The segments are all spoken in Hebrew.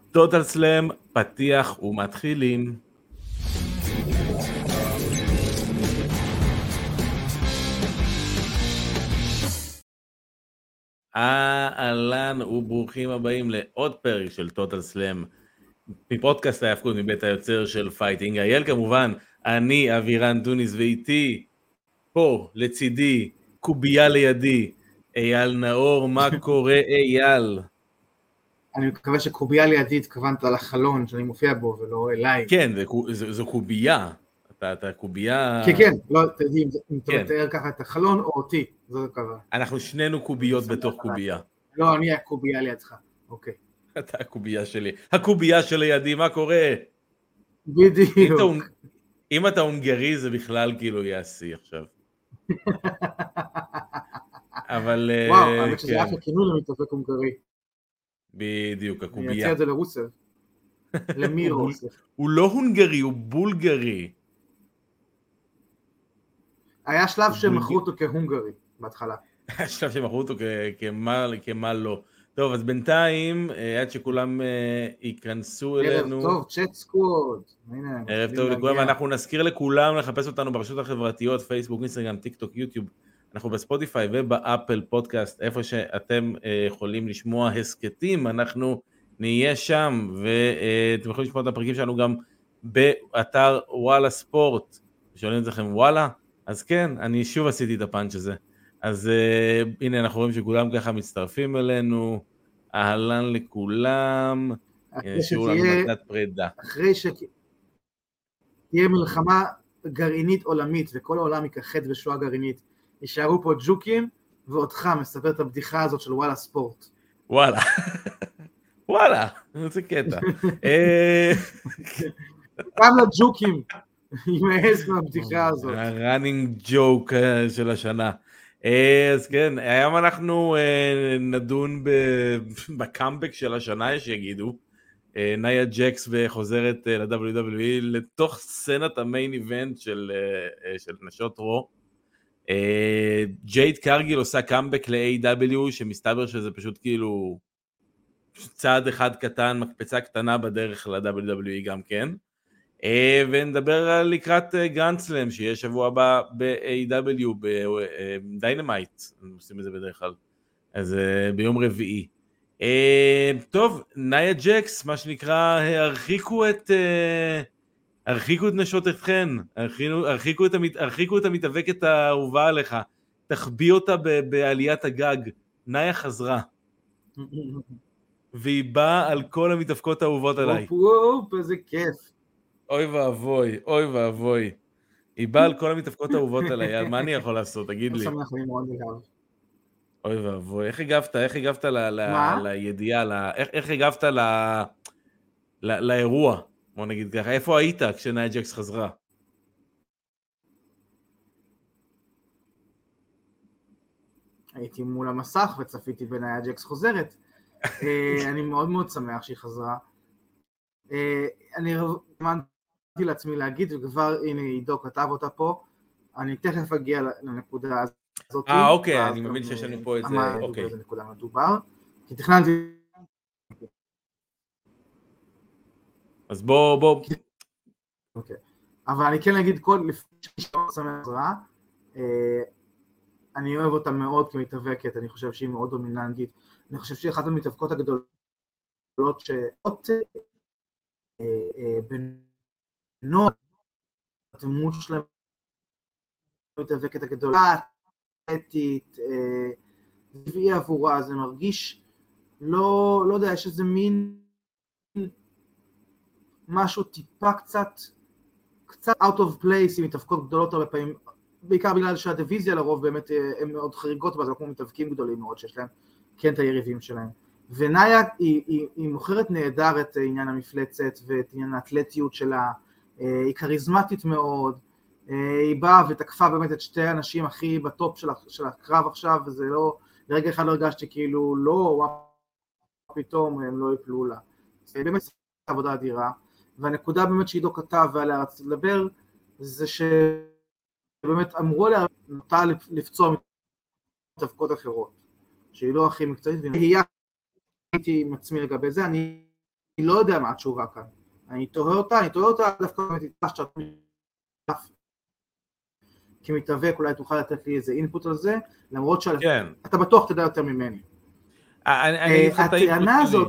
טוטל סלאם, פתיח ומתחילים. אהלן וברוכים הבאים לעוד פרק של טוטל סלאם, מפודקאסט ההפקות מבית היוצר של פייטינג. אייל כמובן, אני אבירן טוניס, ואיתי פה לצידי, קובייה לידי, אייל נאור. מה קורה אייל? אני מקווה שקובייה לידי התכוונת לחלון שאני מופיע בו ולא אליי. כן, זו קובייה. אתה קובייה... כן, לא, תדעי, אם אתה מתאר ככה את החלון או אותי, זאת הכוונה. אנחנו שנינו קוביות בתוך קובייה. לא, אני הקובייה לידך, אוקיי. אתה הקובייה שלי. הקובייה שלידי, מה קורה? בדיוק. אם אתה הונגרי זה בכלל כאילו יעשי עכשיו. אבל... וואו, האמת שזה אחלה כינוי למתאבק הונגרי. בדיוק, הקובייה. אני אציע את זה לרוסב. למירו. הוא לא הונגרי, הוא בולגרי. היה שלב שמכרו אותו כהונגרי בהתחלה. היה שלב שמכרו אותו כמה לא. טוב, אז בינתיים, עד שכולם ייכנסו אלינו... ערב טוב, צ'אט סקווד. ערב טוב לכולם, ואנחנו נזכיר לכולם לחפש אותנו ברשתות החברתיות, פייסבוק, אינסטגרם, טיק טוק, יוטיוב. אנחנו בספוטיפיי ובאפל פודקאסט, איפה שאתם יכולים לשמוע הסקטים, אנחנו נהיה שם, ואתם יכולים לשמוע את הפרקים שלנו גם באתר וואלה ספורט. שואלים את לכם וואלה? אז כן, אני שוב עשיתי את הפאנץ' הזה. אז הנה אנחנו רואים שכולם ככה מצטרפים אלינו, אהלן לכולם, שיעור לנו מתנת פרידה. אחרי שתהיה מלחמה גרעינית עולמית, וכל העולם יכחד בשואה גרעינית, יישארו פה ג'וקים, ואותך מספר את הבדיחה הזאת של וואלה ספורט. וואלה, וואלה, זה קטע. גם לג'וקים, ימאס מהבדיחה הזאת. הראנינג ג'וק של השנה. אז כן, היום אנחנו נדון בקאמבק של השנה, יש שיגידו. נאיה ג'קס וחוזרת ל-WWE לתוך סצנת המיין איבנט של נשות רו. ג'ייד קרגיל עושה קאמבק ל-AW, שמסתבר שזה פשוט כאילו צעד אחד קטן, מקפצה קטנה בדרך ל-WWE גם כן. ונדבר על לקראת גרנד-סלאם שיהיה שבוע הבא ב-AW, בדיינמייט, עושים את זה בדרך כלל, אז ביום רביעי. טוב, נאיה ג'קס, מה שנקרא, הרחיקו את נשותיכן, הרחיקו את המתאבקת האהובה עליך, תחביא אותה בעליית הגג. נאיה חזרה, והיא באה על כל המתאבקות האהובות עליי. וופ, איזה כיף. אוי ואבוי, אוי ואבוי. היא באה על כל המתאבקות האהובות עליי, מה אני יכול לעשות, תגיד לי. שמח לי מאוד אליו. אוי ואבוי, איך הגבת לידיעה, איך הגבת לאירוע, בוא נגיד ככה, איפה היית כשנאיה ג'קס חזרה? הייתי מול המסך וצפיתי בנאיה ג'קס חוזרת. אני מאוד מאוד שמח שהיא חזרה. אני אמנתי לעצמי להגיד, וכבר הנה עידו כתב אותה פה, אני תכף אגיע לנקודה הזאת. אוקיי, אני מבין שיש לנו פה את זה, אוקיי. איזה נקודה מדובר, כי תכננתי... אז בוא. אוקיי, אבל אני כן אגיד לפני שאני שמח חזרה, אני אוהב אותה מאוד כמתאבקת, אני חושב שהיא מאוד דומיננטית, אני חושב שהיא אחת המתאבקות הגדולות שעוד בנוער, הדמות שלהם מתאבקת הגדולה, אתית, טבעי עבורה, זה מרגיש, לא יודע, יש איזה מין משהו טיפה קצת out of place עם מתאבקות גדולות הרבה פעמים, בעיקר בגלל שהדיוויזיה לרוב באמת הם מאוד חריגות, אבל זה כמו מתאבקים גדולים מאוד שיש להם, כן את היריבים שלהם. ונאיה היא מוכרת נהדר את עניין המפלצת ואת עניין האתלטיות שלה, היא כריזמטית מאוד, היא באה ותקפה באמת את שתי האנשים הכי בטופ של הקרב עכשיו, וזה לא, לרגע אחד לא הרגשתי כאילו לא, פתאום הם לא יפלו לה. זה באמת עבודה אדירה, והנקודה באמת שעידו כתב ועליה רציתי לדבר, זה שבאמת אמרו עליה נוטה לפצוע מתאבקות אחרות, שהיא לא הכי מקצועית, והיא הייתי עם עצמי לגבי זה, אני לא יודע מה התשובה כאן. אני תוהה אותה דווקא כמתאבק, אולי תוכל לתת לי איזה אינפוט על זה, למרות שאתה בטוח תדע יותר ממני. הטענה הזאת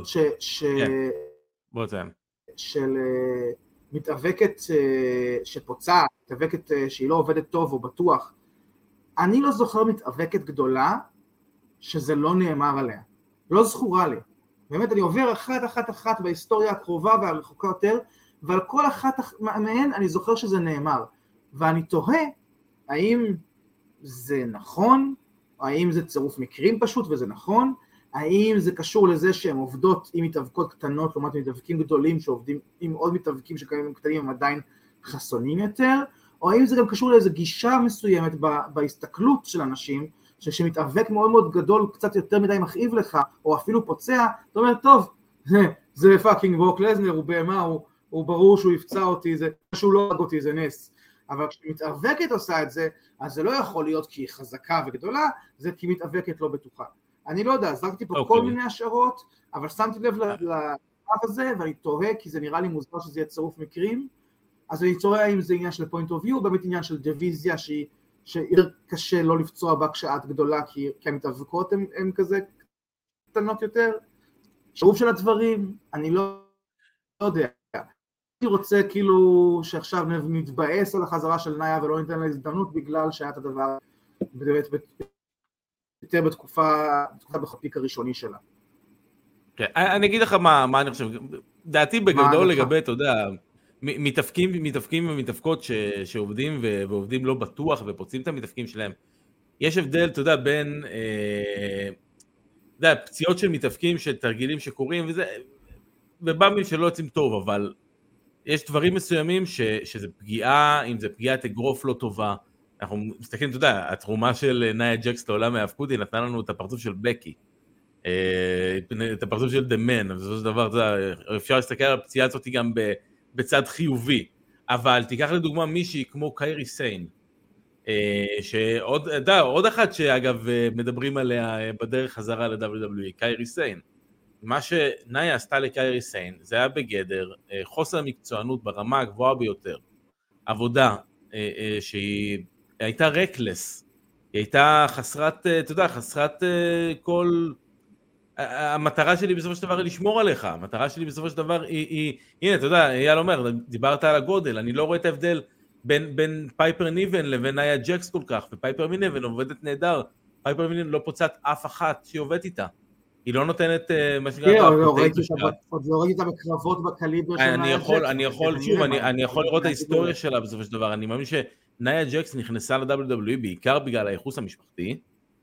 של מתאבקת שפוצעת, מתאבקת שהיא לא עובדת טוב או בטוח, אני לא זוכר מתאבקת גדולה שזה לא נאמר עליה. לא זכורה לי. באמת אני עובר אחת בהיסטוריה הקרובה והרחוקה יותר, ועל כל אחת מהן אני זוכר שזה נאמר. ואני תוהה האם זה נכון, או האם זה צירוף מקרים פשוט וזה נכון, האם זה קשור לזה שהן עובדות עם מתאבקות קטנות, לעומת מתאבקים גדולים שעובדים עם עוד מתאבקים שקיימים קטנים הם עדיין חסונים יותר, או האם זה גם קשור לאיזו גישה מסוימת בהסתכלות של אנשים, שכשמתאבק מאוד מאוד גדול קצת יותר מדי מכאיב לך, או אפילו פוצע, אתה אומר, טוב, זה פאקינג ברוק לזנר, הוא בהמה, הוא ברור שהוא יפצע אותי, זה שהוא לא הרג אותי, זה נס. אבל כשמתאבקת עושה את זה, אז זה לא יכול להיות כי היא חזקה וגדולה, זה כי מתאבקת לא בטוחה. אני לא יודע, זרקתי פה כל מיני השערות, אבל שמתי לב לאף הזה, ואני תוהה, כי זה נראה לי מוזר שזה יהיה צירוף מקרים, אז אני תוהה האם זה עניין של point of view, באמת עניין של דיוויזיה, שעיר קשה לא לפצוע בה כשאת גדולה, כי המתאבקות הן כזה קטנות יותר, שרוב של הדברים, אני לא יודע. אני רוצה כאילו שעכשיו נתבאס על החזרה של נאיה ולא ניתן לה הזדמנות בגלל שהיה את הדבר באמת יותר בתקופה בחפיק הראשוני שלה. אני אגיד לך מה אני חושב, דעתי בגדול לגבי, אתה יודע, מתאבקים ומתאבקות שעובדים ועובדים לא בטוח ופוצעים את המתאבקים שלהם. יש הבדל, אתה יודע, בין פציעות של מתאבקים, של תרגילים שקורים, ובאמים שלא יוצאים טוב, אבל יש דברים מסוימים שזה פגיעה, אם זה פגיעת אגרוף לא טובה. אנחנו מסתכלים, אתה יודע, התרומה של נאיה ג'קס לעולם ההאבקות, היא נתנה לנו את הפרצוף של בקי, את הפרצוף של דמן, ובסופו של דבר, אפשר להסתכל על הפציעה הזאת גם בצד חיובי, אבל תיקח לדוגמה מישהי כמו קיירי סיין, שעוד אחת שאגב מדברים עליה בדרך חזרה ל-WWE, קיירי סיין. מה שנאיה עשתה לקיירי סיין, זה היה בגדר חוסר מקצוענות ברמה הגבוהה ביותר, עבודה שהיא הייתה רקלס, היא הייתה חסרת, אתה יודע, חסרת כל, המטרה שלי בסופו של דבר היא לשמור עליך, המטרה שלי בסופו של דבר היא הנה, אתה יודע, אייל אומר, דיברת על הגודל, אני לא רואה את ההבדל בין פייפר ניבן לבין נאיה ג'קס כל כך, ופייפר ניבן עובדת נהדר, פייפר ניבן לא פוצעת אף אחת שהיא עובדת איתה, היא לא נותנת מה שקרה, עוד לא ראיתי אותה בקרבות בקליבר של נאיה ג'קס, אני יכול לראות את ההיסטוריה שלה בסופו של דבר, אני מאמין שנאיה ג'קס נכנסה ל-WWE בעיקר בגלל הייחוס המשפחתי,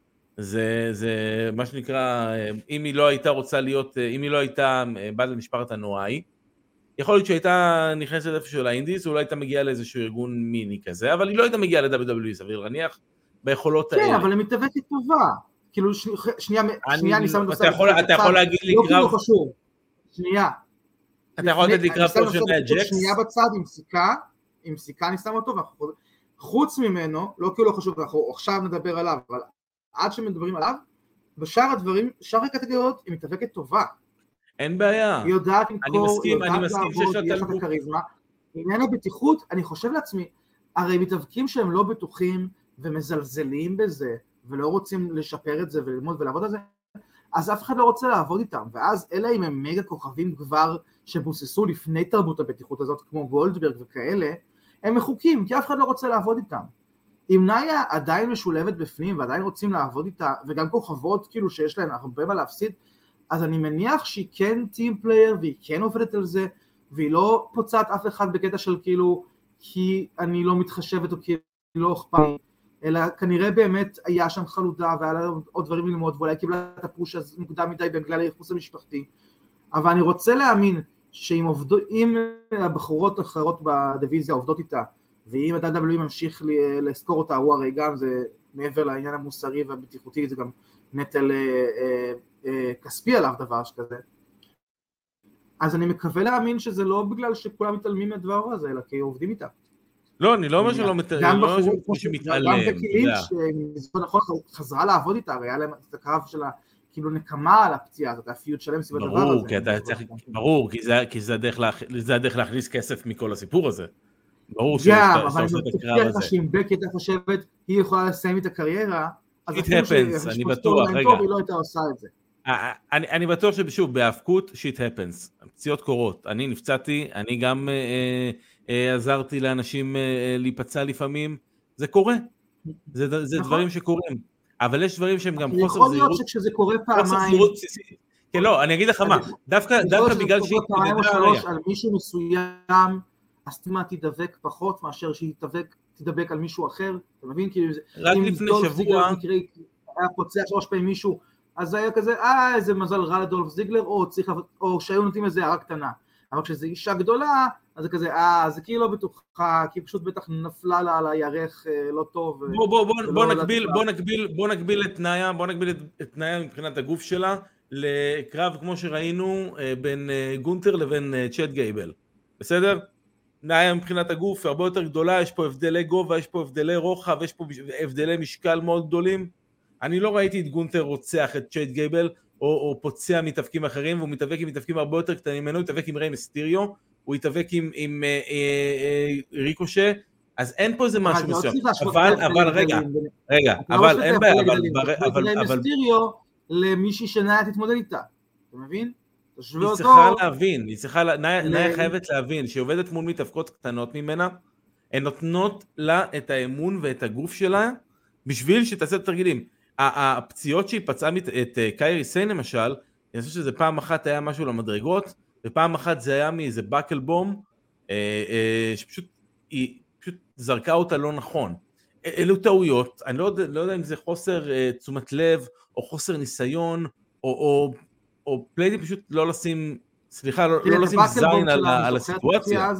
זה מה שנקרא, אם היא לא הייתה רוצה להיות, אם היא לא הייתה בת למשפחת הנואי, יכול להיות שהייתה נכנסת איפשהו לאינדיס, אולי הייתה מגיעה לאיזשהו ארגון מיני כזה, אבל היא לא הייתה מגיעה ל-WWE, סביר להניח, ביכולות האלה. כן, אבל היא מתאבקת טובה. כאילו, שנייה, אני שם את זה. אתה יכול להגיד לי קרב? לא כאילו חשוב. שנייה. אתה יכול לתת לי קרב פה של נאיה ג'קס? שנייה בצד עם סיכה אני שם אותו, חוץ ממנו, לא כאילו חשוב, אנחנו עכשיו נדבר עליו, אבל עד שמדברים עליו, בשאר הדברים, שאר הקטגוריות היא מתאבקת טובה. אין בעיה. היא יודעת למכור, היא יודעת לעבוד, יש לה את הקריזמה. עניין הבטיחות, אני חושב לעצמי, הרי מתאבקים שהם לא בטוחים ומזלזלים בזה, ולא רוצים לשפר את זה וללמוד ולעבוד על זה, אז אף אחד לא רוצה לעבוד איתם, ואז אלה אם הם מגה כוכבים כבר שבוססו לפני תרבות הבטיחות הזאת, כמו גולדברג וכאלה, הם מחוקים, כי אף אחד לא רוצה לעבוד איתם. אם נאיה עדיין משולבת בפנים, ועדיין רוצים לעבוד איתה, וגם כוכבות כאילו שיש להן הרבה מה להפסיד, אז אני מניח שהיא כן טים פלייר, והיא כן עובדת על זה, והיא לא פוצעת אף אחד בקטע של כאילו, כי אני לא מתחשבת או כי לא אכפת, אלא כנראה באמת היה שם חלודה, והיה לה עוד דברים ללמוד, ואולי קיבלה את הפוש אז מוקדם מדי בגלל הייחוס המשפחתי, אבל אני רוצה להאמין שאם הבחורות אחרות בדיוויזיה עובדות איתה, ואם ה-WWE ממשיך לזכור אותה, הוא הרי גם זה מעבר לעניין המוסרי והבטיחותי, זה גם נטל כספי עליו דבר שכזה. אז אני מקווה להאמין שזה לא בגלל שכולם מתעלמים מהדבר הזה, אלא כי עובדים איתה. לא, אני לא אומר שלא מתעלם, גם בחורות שמתעלם. גם בקילים שמזמן נכון חזרה לעבוד איתה, הרי היה להם את הקרב של כאילו נקמה על הפציעה הזאת, הפיוט שלם סביב הדבר הזה. ברור, כי זה הדרך להכניס כסף מכל הסיפור הזה. ברור שאתה עושה את הקרב הזה. שאם בקי הייתה חושבת, היא יכולה לסיים את הקריירה, אז אפילו אני בטוח, רגע. היא לא הייתה עושה את זה. אני בטוח שבשוב, בהאבקות, shit happens. פציעות קורות. אני נפצעתי, אני גם עזרתי לאנשים להיפצע לפעמים. זה קורה. זה דברים שקורים. אבל יש דברים שהם גם חוסר זהירות. יכול להיות שכשזה קורה פעמיים... כן, לא, אני אגיד לך מה. דווקא בגלל שהיא התמודדה... על מישהו מסוים, הסטימה תדבק פחות מאשר שהיא תדבק על מישהו אחר. אתה מבין? רק לפני שבוע... היה פוצע 3 פעמים מישהו, אז היה כזה, איזה מזל רע לדולף זיגלר, או שהיו נותנים איזה הערה קטנה. אבל כשזו אישה גדולה, אז זה כזה, זה כאילו לא בטוחה, כי פשוט בטח נפלה לה על הירך לא טוב. בוא נגביל את תנאיה מבחינת הגוף שלה, לקרב כמו שראינו בין גונטר לבין צ'אט גייבל. בסדר? תנאיה מבחינת הגוף הרבה יותר גדולה, יש פה הבדלי גובה, יש פה הבדלי רוחב, יש פה הבדלי משקל מאוד גדולים. אני לא ראיתי את גונטר רוצח את צ'אט גייבל, או פוצע מתאבקים אחרים, והוא מתאבק עם מתאבקים הרבה יותר קטנים ממנו, הוא מתאבק עם ריי מיסטריו, הוא מתאבק עם ריקושה, אז אין פה איזה משהו מסוים. אבל רגע, אבל אין בעיה, אבל ריי מיסטריו למישהי שנאיה תתמודד איתה, אתה מבין? היא צריכה להבין, נאיה חייבת להבין, שהיא עובדת מול מתאבקות קטנות ממנה, הן נותנות לה את האמון ואת הגוף שלה, בשביל שתעשה את התרגילים. הפציעות שהיא פצעה את קיירי סיין למשל, אני חושב שזה פעם אחת היה משהו למדרגות, ופעם אחת זה היה מאיזה בקל בום, שפשוט היא פשוט זרקה אותה לא נכון. אלו טעויות, אני לא יודע אם זה חוסר תשומת לב, או חוסר ניסיון, או פליידי פשוט לא לשים, סליחה, לא לשים זין על הסיטואציה.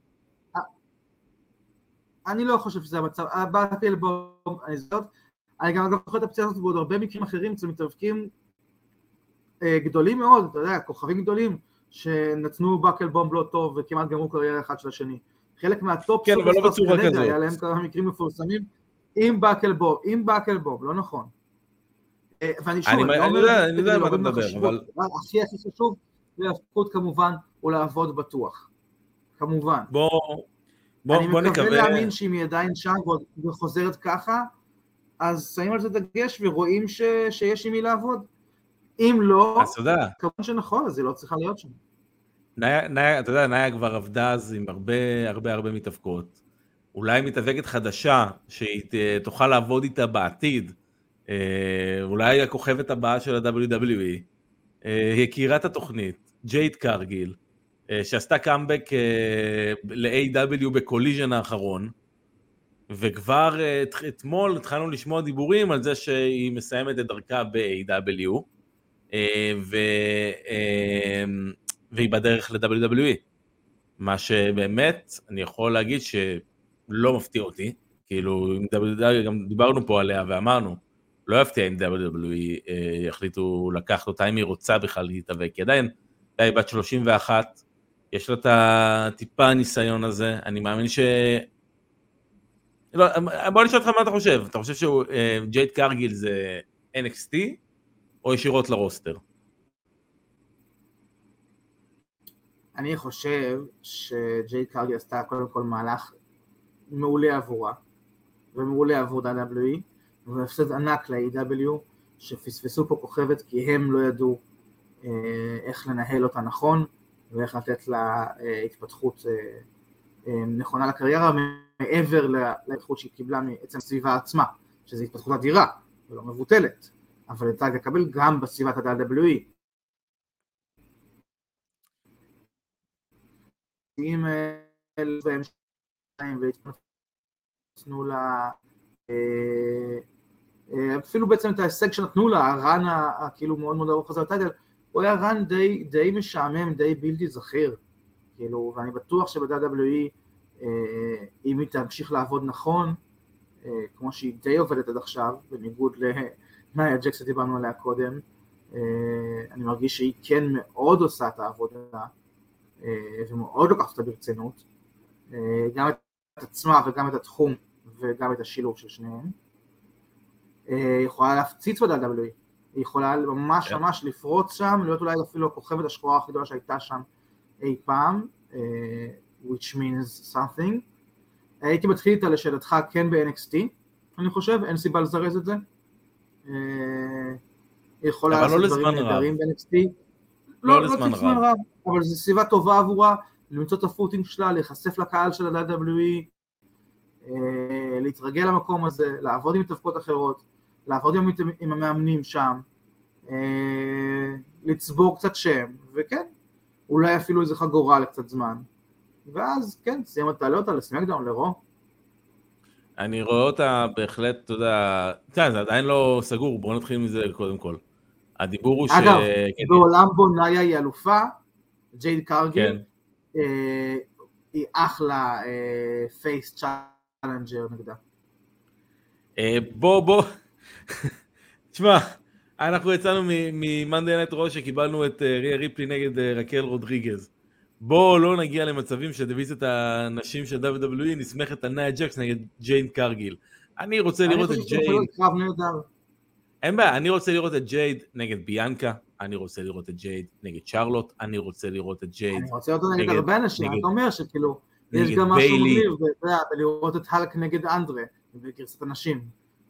אני לא חושב שזה המצב, הבקל בום, אני גם זוכר את הפציעה הזאת בעוד הרבה מקרים אחרים, אצל מתאבקים גדולים מאוד, אתה יודע, כוכבים גדולים, שנתנו בקל בום לא טוב, וכמעט גמרו קריירה אחד של השני. חלק מהטופ כן, אבל לא בצורה כזאת. היה להם כמה מקרים מפורסמים, עם בקל בום, לא נכון. ואני שוב, אני יודע מה אתה מדבר, אבל... הכי חשוב, להפקות כמובן, הוא לעבוד בטוח. כמובן. בוא נקווה... אני מקווה להאמין שאם היא עדיין שם וחוזרת ככה, אז שמים על זה דגש ורואים שיש עם מי לעבוד. אם לא, כמובן שנכון, אז היא לא צריכה להיות שם. אתה יודע, נאיה כבר עבדה אז עם הרבה מתאבקות. אולי מתאבקת חדשה, שהיא תוכל לעבוד איתה בעתיד, אולי הכוכבת הבאה של ה-WWE, הכירה את התוכנית, ג'ייד קרגיל, שעשתה קאמבק ל-AW בקוליז'ן האחרון, וכבר אתמול התחלנו לשמוע דיבורים על זה שהיא מסיימת את דרכה ב-AW, והיא בדרך ל-WWE, מה שבאמת אני יכול להגיד שלא מפתיע אותי, כאילו גם דיברנו פה עליה ואמרנו, לא יפתיע אם WWE יחליטו לקחת אותה אם היא רוצה בכלל להתאבק, כי עדיין היא בת 31, יש לה את הטיפה הניסיון הזה, אני מאמין בוא נשאל אותך מה אתה חושב, אתה חושב שג'ייד קרגיל זה NXT או ישירות לרוסטר? אני חושב שג'ייד קרגיל עשתה קודם כל מהלך מעולה עבורה, ומעולה עבור WWE, והפסד ענק ל-AW, שפספסו פה כוכבת כי הם לא ידעו איך לנהל אותה נכון, ואיך לתת לה התפתחות נכונה לקריירה, מעבר להתפתחות שהיא קיבלה מעצם הסביבה עצמה, שזו התפתחות אדירה, ולא מבוטלת, אבל הייתה לקבל גם בסביבת ה-WWE. אם והתפתחנו לה, אפילו בעצם את ההישג שנתנו לה, הרן כאילו מאוד מאוד ארוך הזה לטייטל, הוא היה רן די משעמם, די בלתי זכיר, כאילו, ואני בטוח שב-WWE, אם היא תמשיך לעבוד נכון, כמו שהיא די עובדת עד עכשיו, בניגוד לנאיה ג'קס שדיברנו עליה קודם, אני מרגיש שהיא כן מאוד עושה את העבודה, ומאוד לוקחת אותה ברצינות, גם את עצמה וגם את התחום, וגם את השילוב של שניהם. היא יכולה להפציץ ב-WWE, היא יכולה ממש ממש לפרוץ שם, להיות אולי אפילו הכוכבת השחורה הכי גדולה שהייתה שם אי פעם, which means something. הייתי מתחיל איתה לשאלתך כן ב-NXT, אני חושב, אין סיבה לזרז את זה. היא יכולה לעשות דברים נהדרים ב-NXT. לא לזמן רב. אבל זו סביבה טובה עבורה, למצוא את הפוטינג שלה, להיחשף לקהל של ה-WWE, להתרגל למקום הזה, לעבוד עם מתאבקות אחרות, לעבוד עם המאמנים שם, לצבור קצת שם, וכן, אולי אפילו איזה חגורה לקצת זמן. ואז כן, סיימת תעלה אותה לסמקדאון, לרו. אני רואה אותה בהחלט, אתה יודע, זה עדיין לא סגור, בואו נתחיל מזה קודם כל. הדיבור הוא אגב, בעולם בו נאיה היא אלופה, ג'ייד קרגיל, היא אחלה פייס צ'אלנג'ר נגדה. בוא, תשמע, אנחנו יצאנו ממנדי נייט רו שקיבלנו את ריה ריפלי נגד רקל רודריגז. בוא לא נגיע למצבים שדיוויזיית הנשים של WWE נסמכת על נאיה ג'קס נגד ג'ייד קרגיל. אני רוצה לראות את ג'ייד. אין בעיה, אני רוצה לראות את ג'ייד נגד ביאנקה, אני רוצה לראות את ג'ייד נגד שרלוט, אני רוצה לראות את ג'ייד אני רוצה לראות נגד הרבה אנשים, אתה אומר שכאילו, יש גם משהו מגניב, ולראות את הלק נגד אנדרה, בגרסת הנשים.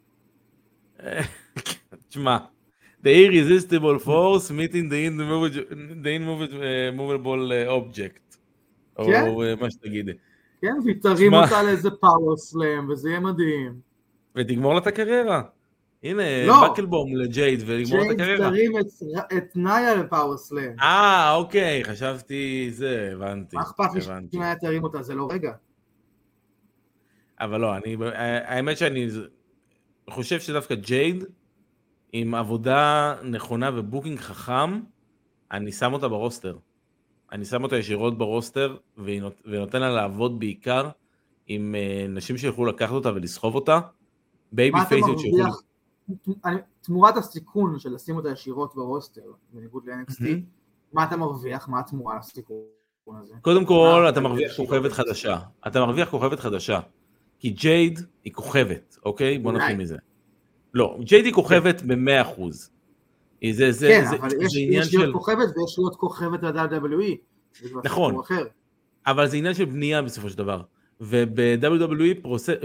תשמע, the irresistible force meeting the immovable object, או מה שתגידי. כן, ותרים אותה לאיזה פאוור סלאם, וזה יהיה מדהים. ותגמור לה את הקריירה. הנה, בקלבום לג'ייד, ולגמור את הקריירה. ג'ייד תרים את נאיה לפאוור סלאם. אוקיי, חשבתי זה, הבנתי. מה אכפת לי שנאיה תרים אותה, זה לא רגע. אבל לא, האמת שאני חושב שדווקא ג'ייד, עם עבודה נכונה ובוקינג חכם, אני שם אותה ברוסטר. אני שם אותה ישירות ברוסטר, ונותן לה לעבוד בעיקר עם נשים שיוכלו לקחת אותה ולסחוב אותה. בייבי פייסיות שיוכלו... תמורת הסיכון של לשים אותה ישירות ברוסטר, בניגוד ל-NXT, מה אתה מרוויח? מה התמורה לסיכון הזה? קודם כל, אתה מרוויח כוכבת חדשה. אתה מרוויח כוכבת חדשה. כי ג'ייד היא כוכבת, אוקיי? בוא נתחיל מזה. לא, ג'ייד היא כוכבת ב-100%. כן, אבל יש להיות כוכבת ויש להיות כוכבת ל-WWE. נכון, אבל זה עניין של בנייה בסופו של דבר. וב-WWE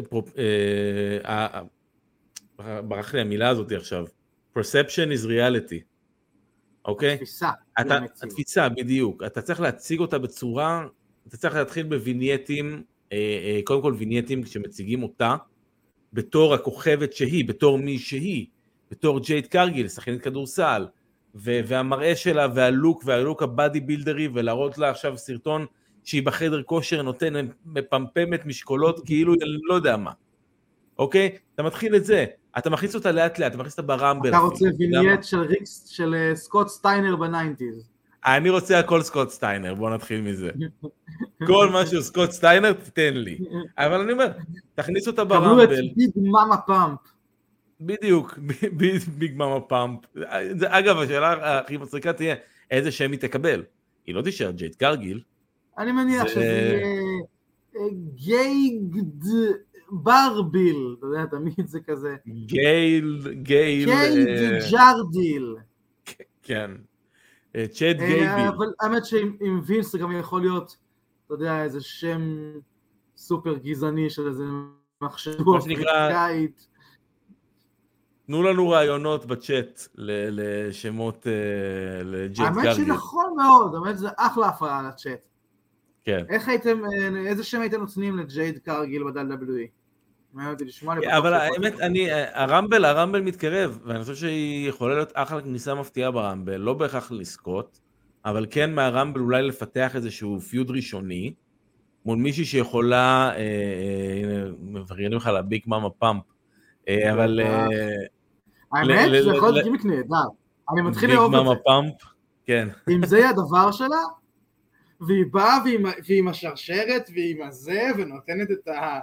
ברח לי המילה הזאת עכשיו, perception is reality, אוקיי? התפיסה, בדיוק. אתה צריך להציג אותה בצורה, אתה צריך להתחיל בווינייטים, קודם כל וינייטים שמציגים אותה, בתור הכוכבת שהיא, בתור מי שהיא, בתור ג'ייד קרגיל, שחקנית כדורסל, והמראה שלה והלוק הבאדי בילדרי, ולהראות לה עכשיו סרטון שהיא בחדר כושר נותן, מפמפמת משקולות, כאילו לא יודע מה. אוקיי? אתה מתחיל את זה, אתה מכניס אותה לאט לאט, אתה מכניס אותה ברמבל. אתה רוצה וינייט של סקוט סטיינר ב-90s. אני רוצה הכל סקוט סטיינר, בוא נתחיל מזה. כל משהו סקוט סטיינר תתן לי. אבל אני אומר, תכניס אותה ברמבל. קבלו את ביג מאמה פאמפ. בדיוק, ביג מאמה פאמפ. אגב, השאלה הכי מצחיקה תהיה, איזה שם היא תקבל? היא לא תישאר ג'ייד קרגיל. אני מניח שזה יהיה גייגד ברביל, אתה יודע, תמיד זה כזה. גייד ג'רדיל. כן. צ'אט גייבי. אבל האמת שעם וינס זה גם יכול להיות, אתה יודע, איזה שם סופר גזעני של איזה מחשבו אפריקאית. תנו לנו רעיונות בצ'אט לשמות לג'ייד קרגיל. האמת שנכון מאוד, האמת זה אחלה הפעלה לצ'אט. כן. איזה שם הייתם נותנים לג'ייד קרגיל ב-WWE? אבל האמת, הרמבל מתקרב, ואני חושב שהיא יכולה להיות אחלה כניסה מפתיעה ברמבל, לא בהכרח לזכות, אבל כן מהרמבל אולי לפתח איזשהו פיוד ראשוני, מול מישהי שיכולה, מברגנים לך לביג מאמה פאמפ, אבל... האמת, זה יכול להיות גימיק נהדר. אני מתחיל לאהוב את זה. ביג מאמה פאמפ, כן. אם זה הדבר שלה, והיא באה ועם השרשרת ועם הזה, ונותנת את ה...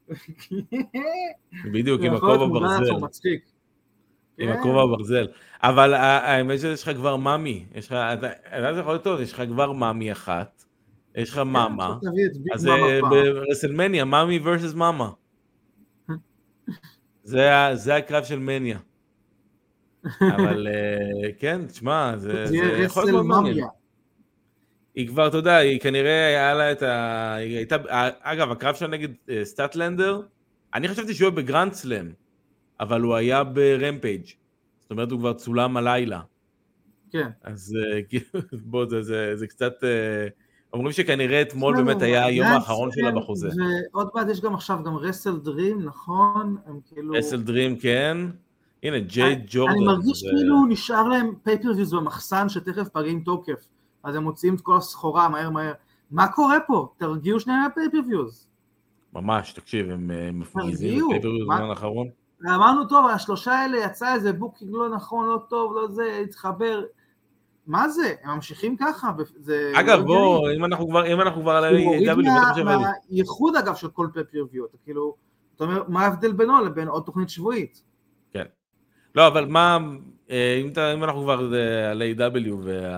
בדיוק, עם הכובע ברזל. עם הכובע ברזל. אבל האמת שיש לך כבר מאמי. אתה יכול להיות טוב, יש לך כבר מאמי אחת. יש לך מאמה. אז ברסלמניה, מאמי versus מאמה. זה הקרב של מניה. אבל כן, תשמע, זה יהיה יכול להיות מאוד מעניין. רסלמניה. היא כבר, אתה יודע, היא כנראה היה לה את היא הייתה, אגב, הקרב שלה נגד סטאטלנדר, אני חשבתי שהוא היה בגרנד סלאם, אבל הוא היה ברמפייג'. זאת אומרת, הוא כבר צולם הלילה. כן. אז בוא, זה קצת, אומרים שכנראה אתמול באמת היה היום האחרון שלה בחוזה. ועוד מעט יש גם עכשיו גם רסל דרים, נכון? הם כאילו... רסל דרים, כן. הנה, ג'יי ג'ורדן. אני מרגיש כאילו נשאר להם פייפריוויוז במחסן שתכף פגעים תוקף. אז הם מוציאים את כל הסחורה מהר מהר. מה קורה פה? תרגיעו שני הפייפריוויוז. ממש, תקשיב, הם מפגיזים את פייפריוויוז בזמן האחרון. אמרנו טוב, השלושה האלה יצא איזה בוקינג לא נכון, לא טוב, לא זה, התחבר. מה זה? הם ממשיכים ככה? אגב, בוא, אם אנחנו כבר על ה-AW, מהייחוד אגב של כל פייפריוויוז, כאילו, אתה אומר, מה ההבדל בינו לבין עוד תוכנית שבועית? כן. לא, אבל מה, אם אנחנו כבר על A.W.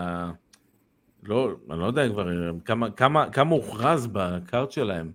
לא, אני לא יודע כבר, כמה הוכרז בקארט שלהם.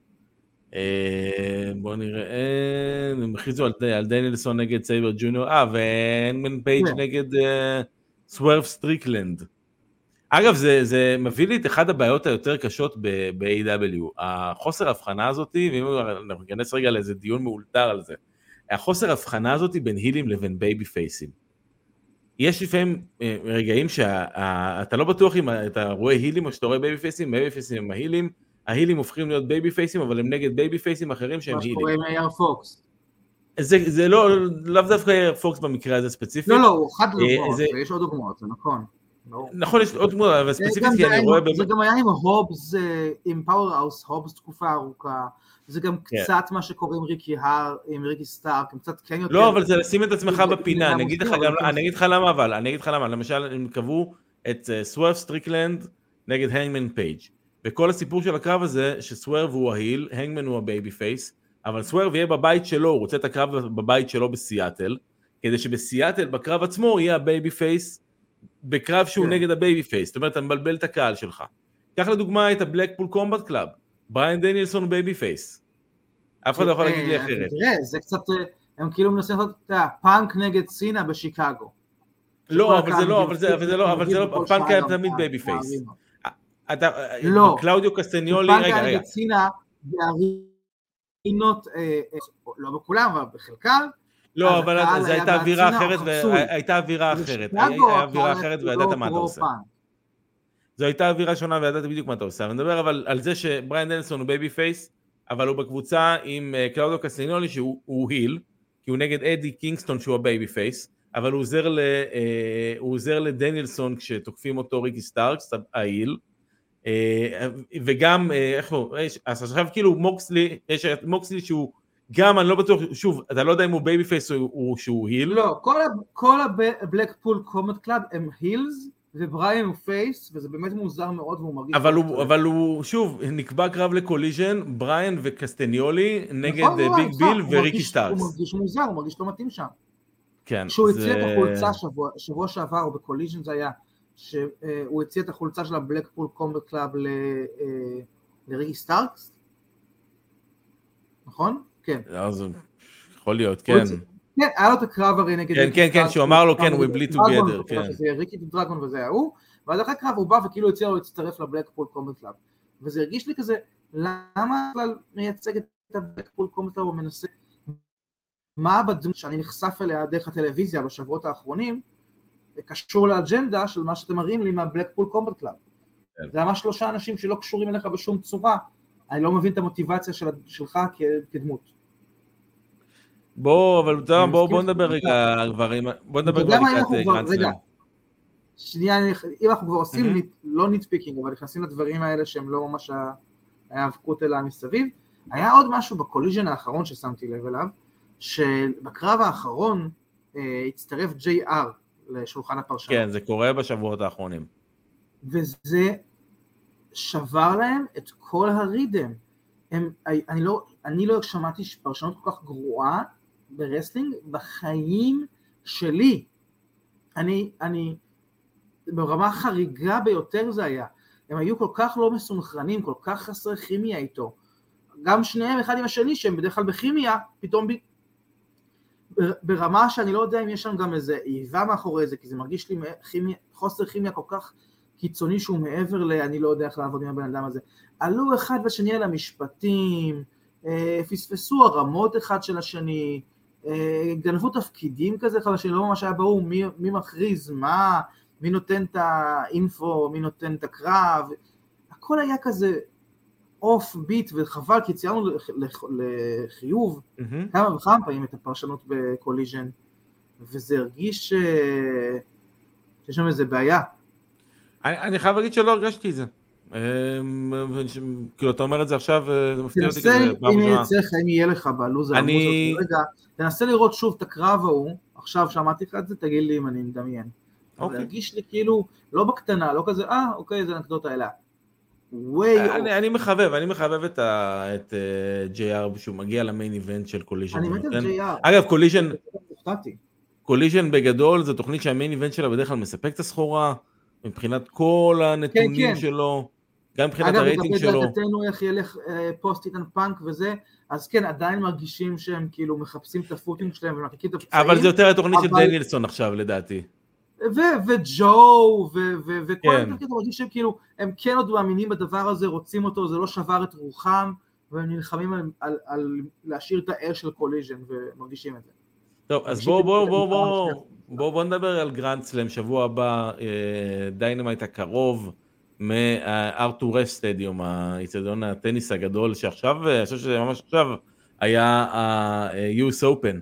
בואו נראה, הם הכריזו על דניאלסון נגד סייבר ג'וניור, והנמן פייג' נגד סוורף סטריקלנד. אגב, זה מביא לי את אחד הבעיות היותר קשות ב-AW, החוסר הבחנה הזאת, ואם אנחנו ניכנס רגע לאיזה דיון מאולתר על זה, החוסר הבחנה הזאת בין הילים לבין בייבי פייסים. יש לפעמים רגעים שאתה לא בטוח אם אתה רואה הילים או שאתה רואה בייבי פייסים, בייבי פייסים הם ההילים, ההילים הופכים להיות בייבי פייסים, אבל הם נגד בייבי פייסים אחרים שהם הילים. מה שקורה עם אייר פוקס. זה לאו דווקא אייר פוקס במקרה הזה ספציפית. לא, הוא חד דוגמאות, ויש עוד דוגמאות, זה נכון. נכון, יש עוד דוגמאות, אבל ספציפית כי אני רואה... זה גם היה עם הובס, עם פאוור-האוס, הובס תקופה ארוכה, זה גם קצת מה שקורה עם ריקי סטארק, הם קצת כן יותר... לא, אבל זה לשים את עצמך בפינה, אני אגיד לך למה אבל, למשל הם קבעו את סוורף סטריקלנד נגד הנגמן פייג', וכל הסיפור של הקרב הזה, שסוורף הוא ההיל, הנגמן הוא הבייבי פייס, אבל סוורף יהיה בבית שלו, הוא רוצה את הקרב בבית שלו בסיאטל, כדי שבסיאטל בקרב עצמו יהיה הבייבי פייס, בקרב שהוא נגד הבייבי פייס, זאת אומרת, אתה מבלבל את הקהל שלך. קח לדוגמה את הבלקפול קומבט קלאב, בריין דניאלסון הוא בייבי פייס. אף אחד לא יכול להגיד לי אחרת. תראה, זה קצת, הם כאילו מנסים לעשות את הפאנק נגד סינה בשיקגו. לא, אבל זה לא, פאנק היה תמיד בייבי פייס. לא. קלאודיו קסטניולי, פאנק היה נגד סינה בארינות, לא בכולם, אבל בחלקם, לא, אבל זו הייתה אווירה אחרת, והייתה אווירה אחרת, וידעת מה אתה עושה. זו הייתה אווירה שונה, וידעת בדיוק מה אתה עושה. אני מדבר אבל על זה שבריין דניאלסון הוא בייבי פייס, אבל הוא בקבוצה עם קלאודיו קסטניולי שהוא היל, כי הוא נגד אדי קינגסטון שהוא הבייבי פייס, אבל הוא עוזר לדניאלסון כשתוקפים אותו ריקי סטארקס, ההיל, וגם, איך הוא, אז עכשיו כאילו יש מוקסלי שהוא, גם אני לא בטוח, שוב, אתה לא יודע אם הוא בייבי פייס או שהוא היל. לא, כל הבלקפול קומבט קלאב הם הילס, ובריין הוא פייס, וזה באמת מוזר מאוד, והוא מרגיש... אבל הוא, שוב, נקבע קרב לקוליז'ן, בריין וקסטניולי, נגד ביג ביל וריקי סטארקס. הוא מרגיש מוזר, הוא מרגיש לא מתאים שם. כן. כשהוא הציע את החולצה שבוע שעבר, או בקוליז'ן זה היה, שהוא הציע את החולצה של הבלקפול קומבט קלאב לריקי סטארקס, נכון? כן. אז יכול להיות, כן. כן, היה לו את הקרב הרי נגד... כן, שהוא אמר לו, כן, we bleed together, כן. זה ריקי דרגון וזה היה הוא, ואז אחרי הקרב הוא בא וכאילו הציע לו להצטרף לבלקפול קומבט קלאב, וזה הרגיש לי כזה, למה בכלל מייצג את הבלקפול קומבט קלאב ומנסה, מה בדמות שאני נחשף אליה דרך הטלוויזיה בשבועות האחרונים, קשור לאג'נדה של מה שאתם מראים לי מהבלקפול קומבט קלאב. זה ממש 3 אנשים שלא קשורים אליך בשום צורה, אני לא מבין את המוטיבציה שלך כדמות. בוא נדבר רגע בוא נדבר כבר לקראת גרנד סלאם. שנייה, אם אנחנו כבר עושים לא ניטפיקינג, אבל נכנסים לדברים האלה שהם לא ממש ההאבקות אלא מסביב, היה עוד משהו בקוליז'ן האחרון ששמתי לב אליו, שבקרב האחרון הצטרף JR לשולחן הפרשנות. כן, זה קורה בשבועות האחרונים. וזה שבר להם את כל הרידם. אני לא שמעתי פרשנות כל כך גרועה ברסלינג בחיים שלי. אני ברמה חריגה ביותר זה היה. הם היו כל כך לא מסונכרנים, כל כך חסרי כימיה איתו. גם שניהם אחד עם השני שהם בדרך כלל בכימיה, פתאום ברמה שאני לא יודע אם יש שם גם איזה איבה מאחורי זה, כי זה מרגיש לי חוסר כימיה כל כך קיצוני שהוא מעבר אני לא יודע איך לעבוד עם הבן אדם הזה. עלו אחד ושני על המשפטים, פספסו הרמות אחד של השני, גנבו תפקידים כזה אחד לשני, לא ממש היה ברור מי מכריז מה, מי נותן את האינפו, מי נותן את הקרב, הכל היה כזה אוף ביט, וחבל כי ציירנו לחיוב כמה וכמה פעמים את הפרשנות בקוליז'ן, וזה הרגיש שיש שם איזה בעיה. אני חייב להגיד שלא הרגשתי את זה. כאילו אתה אומר את זה עכשיו, זה מפתיע אותי כזה. תנסה, אם יהיה לך בלוז העמוס עוד רגע, תנסה לראות שוב את הקרב ההוא, עכשיו שמעתי לך את זה, תגיד לי אם אני מדמיין. אבל הרגיש לי כאילו, לא בקטנה, לא כזה, אוקיי, זה אנקדוטה אליה. אני מחבב את JR שהוא מגיע למיין איבנט של קוליז'ן. אני מת על JR. אגב, קוליז'ן בגדול זה תוכנית שהמיין איבנט שלה בדרך כלל מספק את הסחורה, מבחינת כל הנתונים שלו, גם מבחינת הרייטינג שלו. אגב, לדעתנו איך ילך פוסט איתן פאנק וזה, אז כן, עדיין מרגישים שהם כאילו מחפשים את הפוטינג שלהם ומחכים את הפצעים. אבל זה יותר התוכנית של דניאלסון עכשיו לדעתי. וג'ו, וכל התפקיד מרגיש שהם כאילו, הם כן עוד מאמינים בדבר הזה, רוצים אותו, זה לא שבר את רוחם, והם נלחמים על להשאיר את האש של קוליז'ן, ומרגישים את זה. טוב, אז בואו נדבר על גרנד סלאם, שבוע הבא, דיינמייט הקרוב, מארתור אש סטדיום, האיצטדיון הטניס הגדול, שעכשיו, אני חושב שממש עכשיו, היה ה-US Open,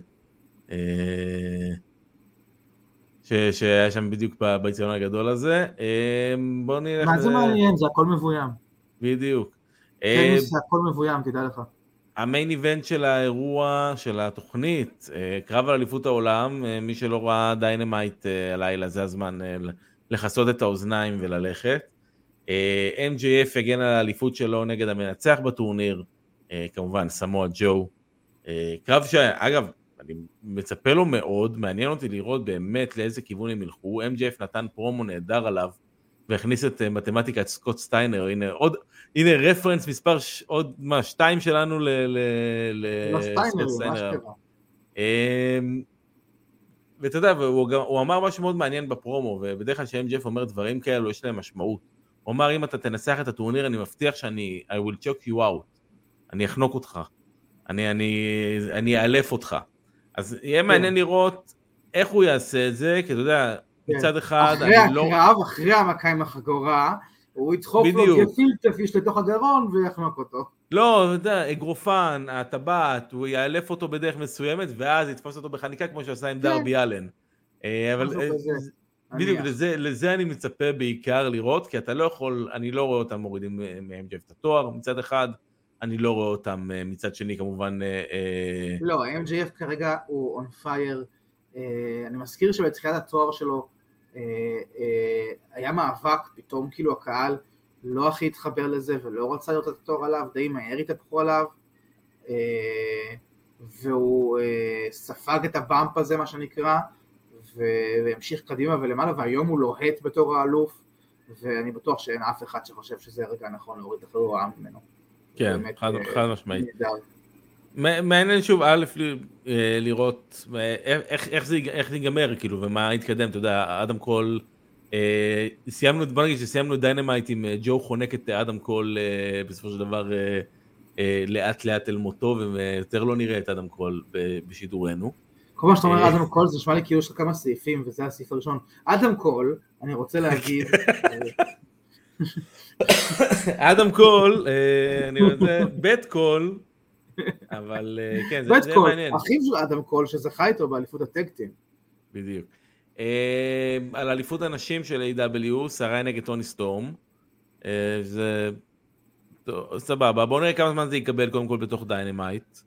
שהיה שם בדיוק באיצטדיון הגדול הזה. בואו נלך... מה זה מעניין? זה הכל מבוים. בדיוק. טניס זה הכל מבוים, תדע לך. המיין איבנט של האירוע, של התוכנית, קרב על אליפות העולם, מי שלא ראה דיינמייט הלילה, זה הזמן לחסות את האוזניים וללכת. MJF הגן על האליפות שלו נגד המנצח בטורניר, כמובן סמואה ג'ו. קרב שאגב, אני מצפה לו מאוד, מעניין אותי לראות באמת לאיזה כיוון הם ילכו. MJF נתן פרומו נהדר עליו, והכניס את מתמטיקת סקוט סטיינר, הנה רפרנס מספר עוד 2 שלנו לסקוט סטיינר. ואתה יודע, הוא אמר משהו מאוד מעניין בפרומו, ובדרך כלל ש-MJF אומר דברים כאלו, יש להם משמעות. הוא אמר, אם אתה תנסח את הטורניר, אני מבטיח שאני, I will choke you out, אני אחנוק אותך, אני אאלף אותך. אז יהיה מעניין לראות איך הוא יעשה את זה, כי אתה יודע, מצד אחד, אחרי המכה עם החגורה, הוא ידחוף לו גפילטפיש לתוך הגרון ויחנוק אותו. לא, אתה יודע, אגרופן, הטבעת, הוא יאלף אותו בדרך מסוימת, ואז יתפוס אותו בחניקה, כמו שעשה עם דרבי אלן. אבל בדיוק, לזה אני מצפה בעיקר לראות, כי אתה לא יכול, אני לא רואה אותם מורידים מ-MJF את התואר, מצד אחד, אני לא רואה אותם מצד שני, כמובן... לא, MJF כרגע הוא on fire, אני מזכיר שבתחילת התואר שלו, היה מאבק, פתאום כאילו הקהל לא הכי התחבר לזה ולא רצה לראות את התואר עליו, די מהר התהפכו עליו, והוא ספג את הבאמפ הזה מה שנקרא, והמשיך קדימה ולמעלה, והיום הוא לוהט בתור האלוף, ואני בטוח שאין אף אחד שחושב שזה הרגע נכון להוריד את החגורה ממנו. כן, חד משמעית. מעניין שוב א' לראות איך זה ייגמר כאילו ומה יתקדם, אתה יודע, אדם קול, בוא נגיד שסיימנו דיינמייט עם ג'ו חונק את אדם קול בסופו של דבר לאט לאט אל מותו, ויותר לא נראה את אדם קול בשידורנו. כל מה שאתה אומר אדם קול זה נשמע לי כאילו יש לך כמה סעיפים, וזה הסעיף הראשון. אדם קול, אני רוצה להגיד... אדם קול, אני רוצה, בית קול, אבל כן, זה מעניין. אחיו של אדם קול שזכה איתו באליפות הטקטים. בדיוק. על אליפות הנשים של A.W, סראי נגד טוני סטורם, זה סבבה, בואו נראה כמה זמן זה יקבל קודם כל בתוך דיינמייט,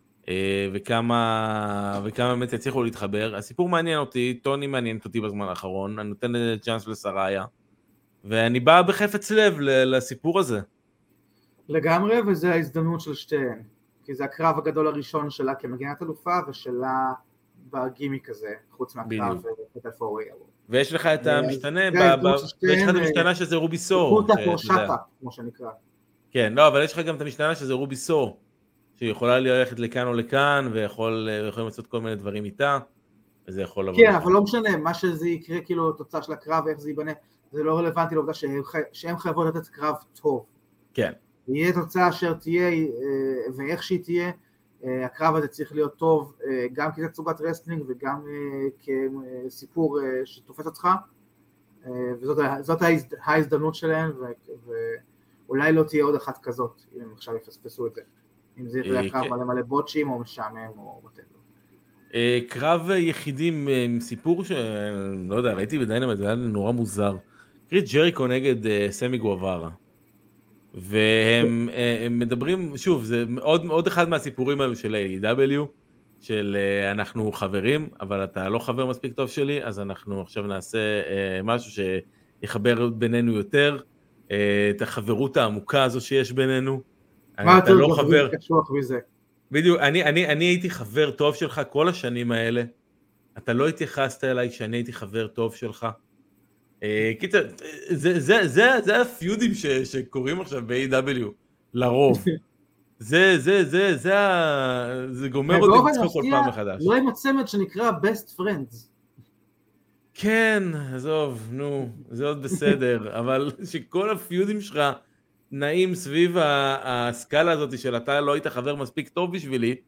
וכמה באמת יצליחו להתחבר. הסיפור מעניין אותי, טוני מעניינת אותי בזמן האחרון, אני נותן צ'אנס לסראיה, ואני בא בחפץ לב לסיפור הזה. לגמרי, וזה ההזדמנות של שתיהן, כי זה הקרב הגדול הראשון שלה כמגינת אלופה, ושלה בגימיק הזה, חוץ מהקרב מטאפורי. ויש לך את המשתנה, ויש לך את המשתנה שזה רובי סור. חוטה או שטה, כמו שנקרא. כן, לא, אבל יש לך גם את המשתנה שזה רובי סור, שהיא יכולה ללכת לכאן או לכאן, ויכולים לעשות כל מיני דברים איתה, וזה יכול לבוא. כן, אבל לא משנה, מה שזה יקרה, כאילו, תוצאה של הקרב, ואיך זה ייבנה, זה לא רלוונטי לעובדה שהם חייבות לתת קרב טוב. כן. יהיה תוצאה אשר תהיה, ואיך שהיא תהיה, הקרב הזה צריך להיות טוב, גם כתצוגת רסטלינג, וגם כסיפור שתופס אותך, וזאת ההזדמנות שלהם, ואולי לא תהיה עוד אחת כזאת, אם הם עכשיו יפספסו את זה. אם זה יהיה קרב מלא בוטשים, או משעמם, או בטלו. קרב יחידים עם סיפור לא יודע, ראיתי בדיינמייט, זה היה נורא מוזר. קריס ג'ריקו נגד סמי גואברה. והם מדברים, שוב, זה עוד אחד מהסיפורים האלו של AEW, של אנחנו חברים, אבל אתה לא חבר מספיק טוב שלי, אז אנחנו עכשיו נעשה משהו שיחבר בינינו יותר, את החברות העמוקה הזו שיש בינינו. מה אתה לא חבר? קשוח מזה. בדיוק, אני הייתי חבר טוב שלך כל השנים האלה, אתה לא התייחסת אליי שאני הייתי חבר טוב שלך. קיצר, זה הפיודים שקורים עכשיו ב-AEW, לרוב. זה גומר אותי לצחוק כל פעם מחדש. לא עם הצמד שנקרא Best Friends. כן, עזוב, נו, זה עוד בסדר, אבל שכל הפיודים שלך נעים סביב הסקאלה הזאת של אתה לא היית חבר מספיק טוב בשבילי,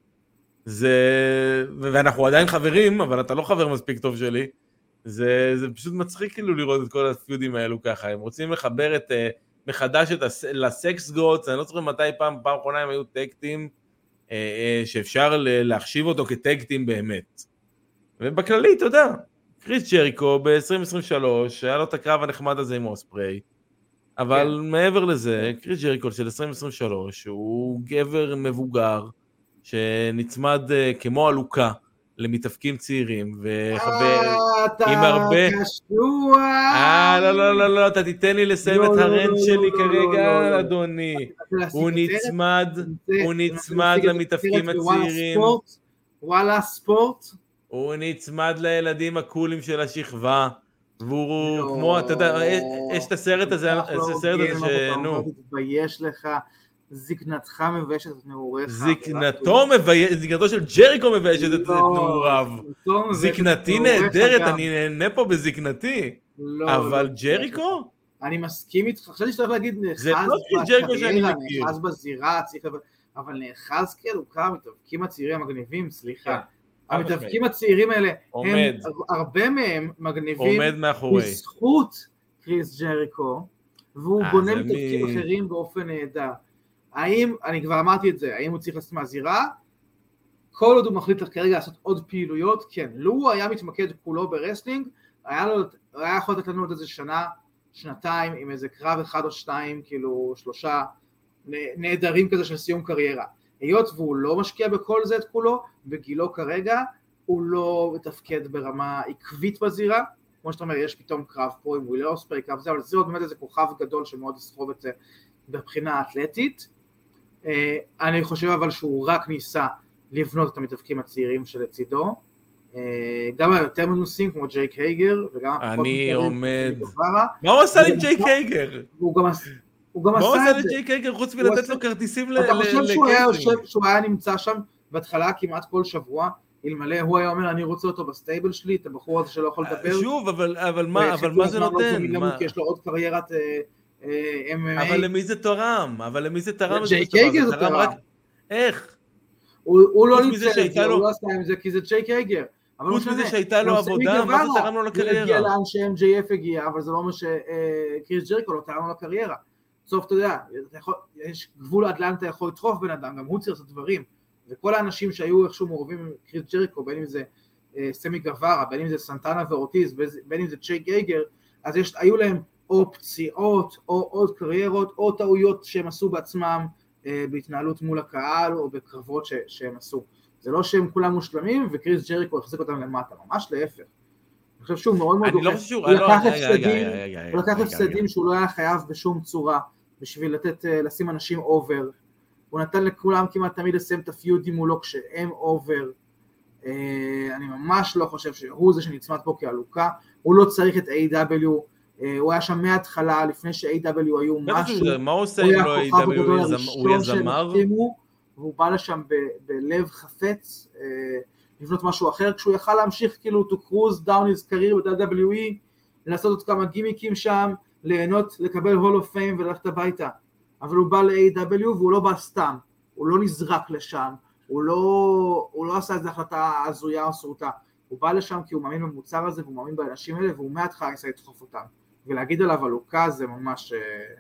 ואנחנו עדיין חברים, אבל אתה לא חבר מספיק טוב שלי, זה פשוט מצחיק כאילו לראות את כל הפיודים האלו ככה, הם רוצים לחבר מחדש לסקס גוטס, אני לא זוכר מתי פעם אחרונה הם היו טקטים, שאפשר להחשיב אותו כטקטים באמת. ובכללי, אתה יודע, קריס ג'ריקו ב-2023, היה לו את הקרב הנחמד הזה עם אוספריי, אבל מעבר לזה, קריס ג'ריקו של 2023, הוא גבר מבוגר, שנצמד כמו אלוקה, למתאפקים צעירים, וחבר עם הרבה... לא, אתה תיתן לי לסיים את הרנט שלי כרגע, אדוני. הוא נצמד למתאפקים הצעירים. וואלה ספורט. הוא נצמד לילדים הקולים של השכבה, והוא כמו, אתה יודע, יש את הסרט הזה, נו. תתבייש לך. זקנתך מביישת את נעוריך. זקנתו של ג'ריקו מביישת את נעוריו. זקנתי נהדרת, אני נהנה פה בזקנתי. אבל ג'ריקו? אני מסכים איתך, חשבתי שאתה הולך להגיד נאחז בזירה, אבל נאחז כאלוקה, המתאבקים הצעירים המגניבים, סליחה. המתאבקים הצעירים האלה, הרבה מהם מגניבים בזכות קריס ג'ריקו, והוא בונה מתאבקים אחרים באופן נהדר. האם, אני כבר אמרתי את זה, האם הוא צריך לעשות מהזירה? כל עוד הוא מחליט כרגע לעשות עוד פעילויות, כן. לו הוא היה מתמקד כולו ברסלינג, היה יכול לתת לנו עוד איזה שנה, שנתיים, עם איזה קרב אחד או שתיים, כאילו 3 נהדרים כזה של סיום קריירה. היות והוא לא משקיע בכל זה את כולו, בגילו כרגע, הוא לא מתפקד ברמה עקבית בזירה, כמו שאתה אומר, יש פתאום קרב פה עם ווילי אוספריי, קרב זה, אבל זה עוד באמת איזה כוכב גדול שמאוד יסחוב את זה בבחינה האתלטית. אני חושב אבל שהוא רק ניסה לבנות את המתאבקים הצעירים שלצידו, גם היותר מנוסים כמו ג'ייק הייגר, וגם אני עומד... מה הוא עשה עם ג'ייק הייגר? הוא גם עשה את זה. מה הוא עשה לג'ייק הייגר חוץ מלתת לו כרטיסים לקייסים? אתה חושב שהוא היה נמצא שם בהתחלה כמעט כל שבוע, אלמלא הוא היה אומר אני רוצה אותו בסטייבל שלי, את הבחור הזה שלא יכול לדבר. שוב, אבל מה זה נותן? כי יש לו עוד קריירת... אבל למי זה תרם? ג'ייק הייגר זה תרם. איך? הוא לא נמצא, הוא לא עשה עם זה כי זה ג'ייק הייגר. חוץ מזה שהייתה לו עבודה, מה זה תרם לו לקריירה? הוא הגיע לאן ש-MJF הגיע, אבל זה לא מה שקריס ג'ריקו לא תרם לו לקריירה. בסוף אתה יודע, יש גבול עד לאן אתה יכול לדחוף בן אדם, גם הוא צריך לעשות דברים. וכל האנשים שהיו איכשהו מעורבים עם קריס ג'ריקו, בין אם זה סמי גווארה, בין אם זה סנטנה ואורטיז, בין אם זה ג'ייק הייגר, אז היו להם או פציעות, או עוד קריירות, או טעויות שהם עשו בעצמם בהתנהלות מול הקהל, או בקרבות שהם עשו. זה לא שהם כולם מושלמים, וקריס ג'ריקו יחזיק אותם למטה, ממש להפך. אני חושב שהוא מאוד מאוד דוחף. הוא לקח הפסדים שהוא לא היה חייב בשום צורה, בשביל לשים אנשים אובר. הוא נתן לכולם כמעט תמיד לסיים את הפיודים מולו כשהם אובר. אני ממש לא חושב שהוא זה שנצמד פה כעלוקה. הוא לא צריך את A.W. הוא היה שם מההתחלה, לפני ש-A.W. היו משהו. מה הוא עושה אם לא A.W. הוא יהיה זמר? והוא בא לשם בלב חפץ, לבנות משהו אחר, כשהוא יכל להמשיך כאילו to cruise down his career ב-WWE, לעשות עוד כמה גימיקים שם, ליהנות, לקבל Hall of Fame וללכת הביתה. אבל הוא בא ל-AW והוא לא בא סתם, הוא לא נזרק לשם, הוא לא עשה איזו החלטה הזויה או סרוטה, הוא בא לשם כי הוא מאמין במוצר הזה, והוא מאמין באנשים האלה, והוא מההתחלה ניסה לדחוף אותם. ולהגיד עליו אלוקה זה ממש...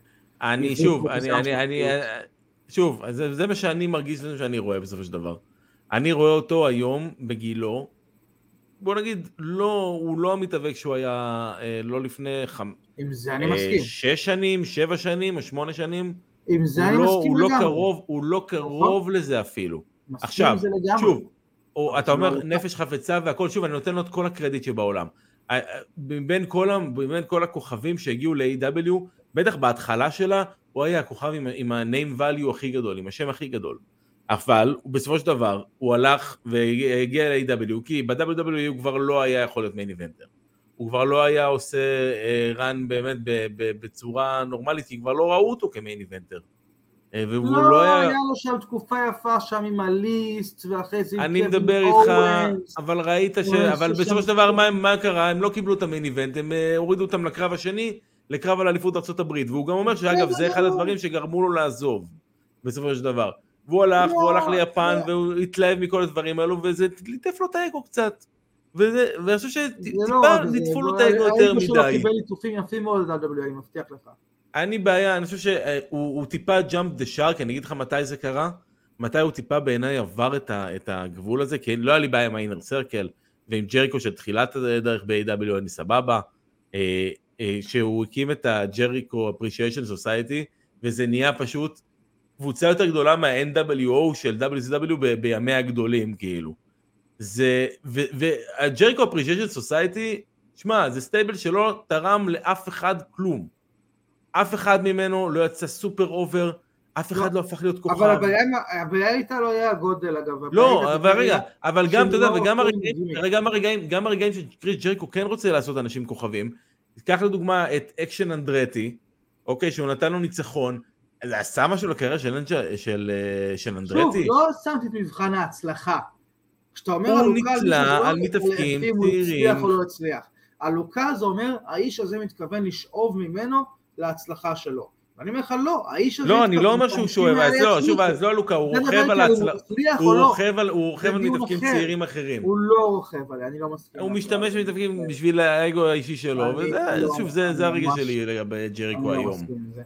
שוב, זה מה שאני מרגיש, זה מה שאני רואה בסופו של דבר. אני רואה אותו היום בגילו, בוא נגיד, הוא לא המתאבק שהוא היה לא לפני עם זה אני מסכים. 6 שנים, 7 שנים או 8 שנים. עם זה אני מסכים לגמרי. הוא לא קרוב לזה אפילו. עכשיו, שוב, אתה אומר נפש חפצה והכל, שוב, אני נותן לו את כל הקרדיט שבעולם. בין כל הכוכבים שהגיעו ל-AW, בטח בהתחלה שלה, הוא היה הכוכב עם ה-name value הכי גדול, עם השם הכי גדול. אבל בסופו של דבר הוא הלך והגיע ל-AW, כי ב-WWE הוא כבר לא היה יכול להיות מיין איבנטר. הוא כבר לא היה עושה רן באמת בצורה נורמלית, כי כבר לא ראו אותו כמיין איבנטר. לא, היה לו שם תקופה יפה שם עם הליסט, ואחרי זה... אני מדבר איתך, אבל ראית אבל בסופו של דבר מה קרה? הם לא קיבלו את המיין איבנט, הם הורידו אותם לקרב השני, לקרב על אליפות ארצות הברית, והוא גם אומר שאגב זה אחד הדברים שגרמו לו לעזוב, בסופו של דבר. והוא הלך ליפן, והוא התלהב מכל הדברים האלו, וזה ליטף לו את האגו קצת. ואני חושב שטיפה ליטפו לו את האגו יותר מדי. האגו שלו קיבל ליטופים יפים מאוד ל-WWE, אני מבטיח לך. אין לי בעיה, אני חושב שהוא טיפה ג'אמפ דה שרק, אני אגיד לך מתי זה קרה, מתי הוא טיפה בעיניי עבר את הגבול הזה, כי לא היה לי בעיה עם האינר סרקל, ועם ג'ריקו של תחילת הדרך ב-AW, אני סבבה, שהוא הקים את הג'ריקו Appreciation Society, וזה נהיה פשוט קבוצה יותר גדולה מה-NWO של WCW בימי הגדולים, כאילו. והג'ריקו Appreciation Society, שמע, זה סטייבל שלא תרם לאף אחד כלום. אף אחד ממנו לא יצא סופר אובר, אף אחד לא הפך להיות כוכב. אבל הבעיה איתה לא היה הגודל, אגב. לא, אבל רגע, אבל גם, אתה יודע, וגם הרגעים שקריס ג'ריקו כן רוצה לעשות אנשים כוכבים, תיקח לדוגמה את אקשן אנדרטי, אוקיי, שהוא נתן לו ניצחון, זה עשה משהו לקריירה של אנדרטי? שוב, לא שמתי את מבחן ההצלחה. כשאתה אומר הוא נתלה על מתאבקים צעירים. הוא הצליח או לא הצליח. הלוקה זה אומר, האיש הזה מתכוון לשאוב ממנו, להצלחה שלו. ואני אומר לך, לא, האיש הזה... לא, אני לא אומר שהוא שואב, אז לא לוקה, הוא רוכב על ההצלחה, הוא רוכב על מתאבקים צעירים אחרים. הוא לא רוכב עליה, אני לא מסכים. הוא משתמש במתאבקים בשביל האגו האישי שלו, ושוב, זה הרגע שלי לגבי ג'ריקו היום.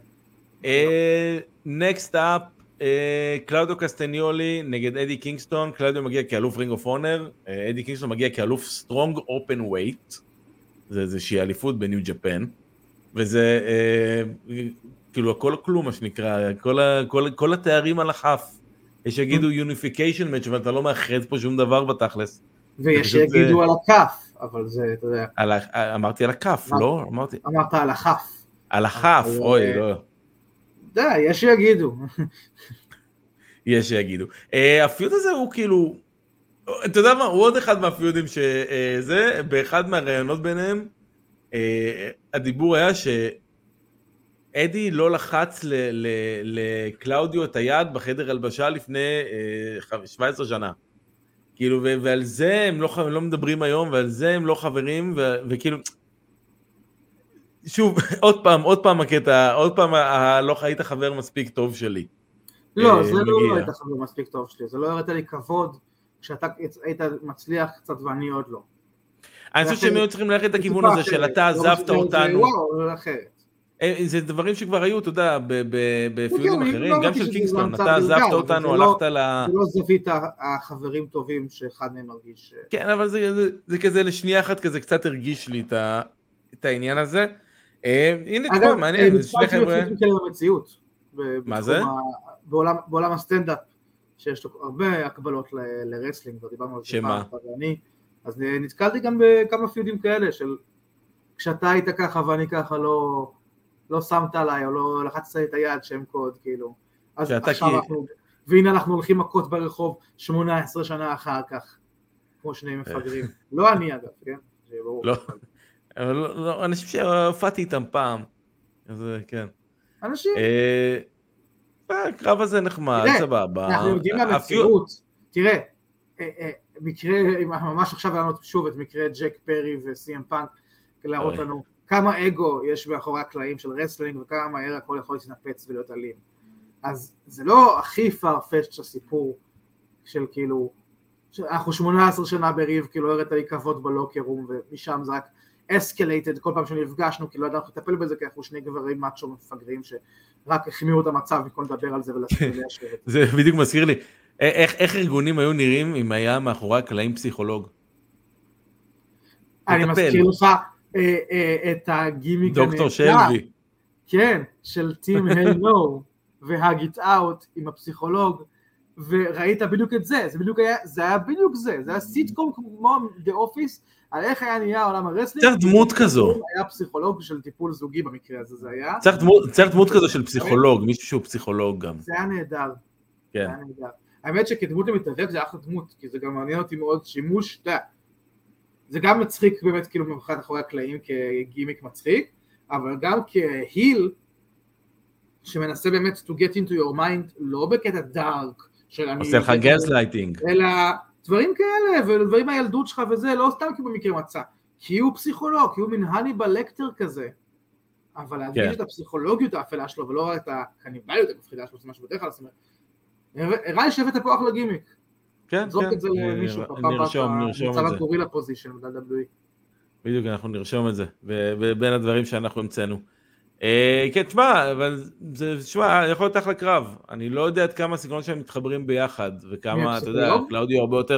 Next up, קלאודיו קסטניולי נגד אדי קינגסטון, קלאודיו מגיע כאלוף רינג אוף אונר, אדי קינגסטון מגיע כאלוף סטרונג אופן ווייט, זה איזושהי אליפות בניו ג'פן, וזה כאילו הכל כלום מה שנקרא, כל התארים על החף, יש שיגידו יוניפיקיישן מאץ' ואתה לא מאחד פה שום דבר בתכלס. ויש שיגידו על הכף, אבל זה, אתה יודע. אמרתי על הכף, לא? אמרת על החף. על החף, אוי, לא. די, יש שיגידו. יש שיגידו. הפיוד הזה הוא כאילו, אתה יודע מה, הוא עוד אחד מהפיודים שזה, באחד מהרעיונות ביניהם, הדיבור היה שאדי לא לחץ לקלאודיו את היד בחדר הלבשה לפני 17 שנה. כאילו, ועל זה הם לא מדברים היום, ועל זה הם לא חברים, וכאילו, שוב, עוד פעם הקטע, עוד פעם לא היית חבר מספיק טוב שלי. לא, זה לא היית חבר מספיק טוב שלי, זה לא הראית לי כבוד, כשאתה היית מצליח קצת ואני עוד לא. אני חושב שהם היו צריכים ללכת את הכיוון הזה של אתה עזבת אותנו. זה דברים שכבר היו, אתה יודע, בפיודים אחרים, גם של קינגסטון, אתה עזבת אותנו, הלכת ל... זה לא זווית החברים טובים שאחד מהם מרגיש... כן, אבל זה כזה לשנייה אחת כזה קצת הרגיש לי את העניין הזה. הנה, תקום, מעניין, זה שני חבר'ה... מה זה? בעולם הסטנדאפ, שיש לו הרבה הקבלות לרסלינג, ודיברנו על זה פעם, אז נתקלתי גם בכמה פיודים כאלה, של כשאתה היית ככה ואני ככה לא שמת עליי, או לא לחצת את היד שם קוד, כאילו. אז עכשיו והנה אנחנו הולכים מכות ברחוב 18 שנה אחר כך, כמו שני מפגרים. לא אני אגב, כן? לא, אנשים שהופעתי איתם פעם, אז כן. אנשים? הקרב הזה נחמד, סבבה. אנחנו יודעים מהמציאות, תראה, מקרה, ממש עכשיו היה לנו שוב את מקרה ג'ק פרי וסי.אם פאנק, להראות לנו כמה אגו יש מאחורי הקלעים של רסלינג, וכמה מהר הכל יכול להתנפץ ולהיות אלים. אז זה לא הכי farfetched הסיפור של כאילו, אנחנו 18 שנה בריב, כאילו הראית לי כבוד בלוקרום, ומשם זה רק escalated כל פעם שנפגשנו, כאילו לא ידענו לטפל בזה, כי אנחנו שני גברים מאצ'ו מפגרים, שרק החמירו את המצב, במקום לדבר על זה ולהשאיר את זה. זה בדיוק מזכיר לי, איך ארגונים היו נראים אם היה מאחורי הקלעים פסיכולוג? אני מזכיר לך את הגימיק דוקטור שלוי. כן, של טים הלנו והגיט אאוט עם הפסיכולוג, וראית בדיוק את זה, זה היה בדיוק זה היה סיטקום כמו The Office, על איך היה נהיה עולם הרסלינג. צריך דמות כזו. היה פסיכולוג של טיפול זוגי במקרה הזה, זה היה. צריך דמות כזו של פסיכולוג, מישהו שהוא פסיכולוג גם. זה היה נהדר. כן. האמת שכדמות למתאבק זה אחלה דמות, כי זה גם מעניין אותי מאוד שימוש, זה גם מצחיק באמת כאילו מבחינת אחורי הקלעים כגימיק מצחיק, אבל גם כהיל, שמנסה באמת to get into your mind, לא בקטע דארק, של אני... עושה לך גזלייטינג. אלא דברים כאלה, ודברים מהילדות שלך וזה, לא סתם כאילו במקרה מצא, כי הוא פסיכולוג, כי הוא מין הניבל לקטר כזה, אבל להדגיש את הפסיכולוגיות האפלה שלו, ולא רק את הקניבליות המפחידה שלו, זה משהו בדרך כלל, זאת אומרת, הראה לי שהבאת פה אחלה גימיק. כן, זרוק את זה למישהו, נרשום את זה. מצב הגורילה פוזישן ב-WWE. בדיוק, אנחנו נרשום את זה, בין הדברים שאנחנו המצאנו. כן, תשמע, אבל זה, תשמע, יכול להיות אחלה קרב. אני לא יודע עד כמה הסגנונות שהם מתחברים ביחד, וכמה, אתה יודע, קלאודיו הרבה יותר...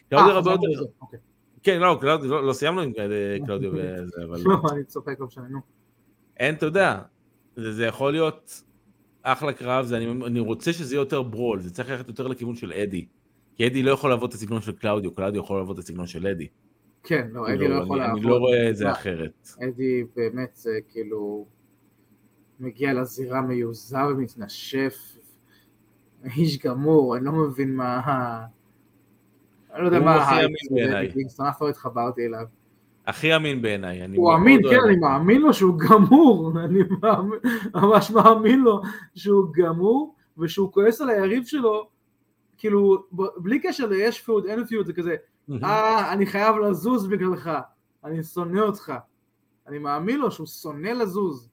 כן, לא, לא סיימנו עם קלאודיו וזה, אבל... לא, אני צוחק, לא משנה, נו. אין, אתה יודע, זה יכול להיות אחלה קרב, אני רוצה שזה יהיה יותר ברול, זה צריך ללכת יותר לכיוון של אדי, כי אדי לא יכול לעבוד את הסגנון של קלאודיו, קלאודיו יכול לעבוד את הסגנון של אדי. כן, לא, אדי לא יכול לעבוד. אני לא רואה את זה אחרת. אדי באמת זה כאילו... מגיע לזירה מיוזר ומתנשף, איש גמור, אני לא מבין מה... אני לא יודע מה ההייפ, אף לא התחברתי אליו. הכי אמין בעיניי. הוא אמין, כן, אני מאמין לו שהוא גמור, אני ממש מאמין לו שהוא גמור, ושהוא כועס על היריב שלו, כאילו, בלי קשר ליש פיוד, אין פיוד, זה כזה, אני חייב לזוז בגללך, אני שונא אותך. אני מאמין לו שהוא שונא לזוז.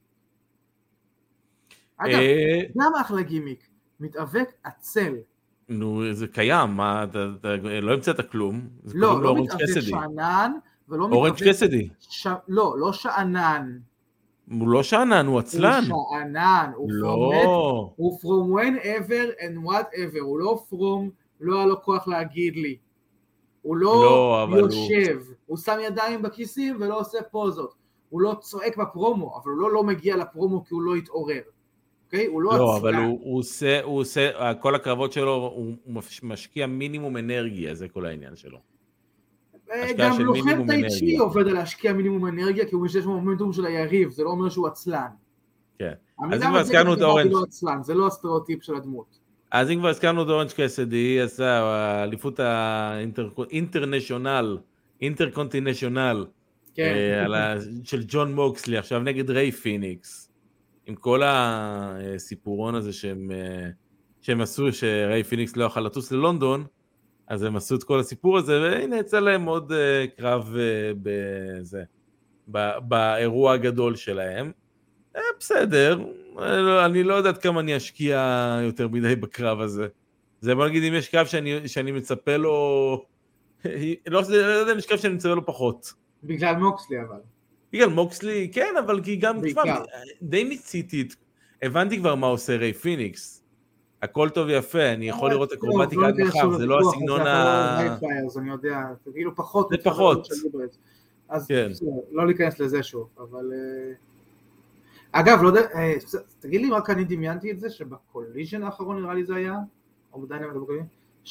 אגב, גם אחלה גימיק, מתאבק עצל. נו, זה קיים, מה, אתה לא המצאת כלום. לא מתאבק שענן, ולא מתאבק... אורנג' קסדי. לא שענן. הוא לא שענן, הוא עצלן. הוא שענן, לא. הוא from whenever and whatever, הוא לא from, לא היה לו כוח להגיד לי. הוא לא יושב, הוא שם ידיים בכיסים ולא עושה פוזות. הוא לא צועק בפרומו, אבל הוא לא מגיע לפרומו כי הוא לא יתעורר. הוא לא, אבל הוא עושה, כל הקרבות שלו, הוא משקיע מינימום אנרגיה, זה כל העניין שלו. גם לוחם טייצ'י עובד על להשקיע מינימום אנרגיה, כי הוא משתמש במומנטום של היריב, זה לא אומר שהוא עצלן. כן. אז אם כבר הזכרנו את אורנג' זה לא הסטריאוטיפ של הדמות. אז אם כבר הזכרנו את אורנג' קסדי, עשה האליפות האינטרקונטיננטל, של ג'ון מוקסלי, עכשיו נגד ריי פיניקס. עם כל הסיפורון הזה שהם עשו, שריי פיניקס לא יוכל לטוס ללונדון, אז הם עשו את כל הסיפור הזה, והנה יצא להם עוד קרב באירוע הגדול שלהם. בסדר, אני לא יודעת כמה אני אשקיע יותר מדי בקרב הזה. זה בוא נגיד אם יש קרב שאני מצפה לו, לא יודע אם יש קרב שאני מצפה לו פחות. בגלל מוקסלי אבל. בגלל מוקסלי, כן, אבל כי גם, די ניסיתי, הבנתי כבר מה עושה ריי פיניקס, הכל טוב ויפה, אני יכול לראות אקרובטיקה עד מחר, זה לא הסגנון אני יודע, כאילו פחות. זה פחות. אז לא להיכנס לזה שוב, אבל... אגב, לא יודע, תגיד לי רק אני דמיינתי את זה, שבקוליז'ן האחרון נראה לי זה היה, או בדיינם את הבקוליז'ן,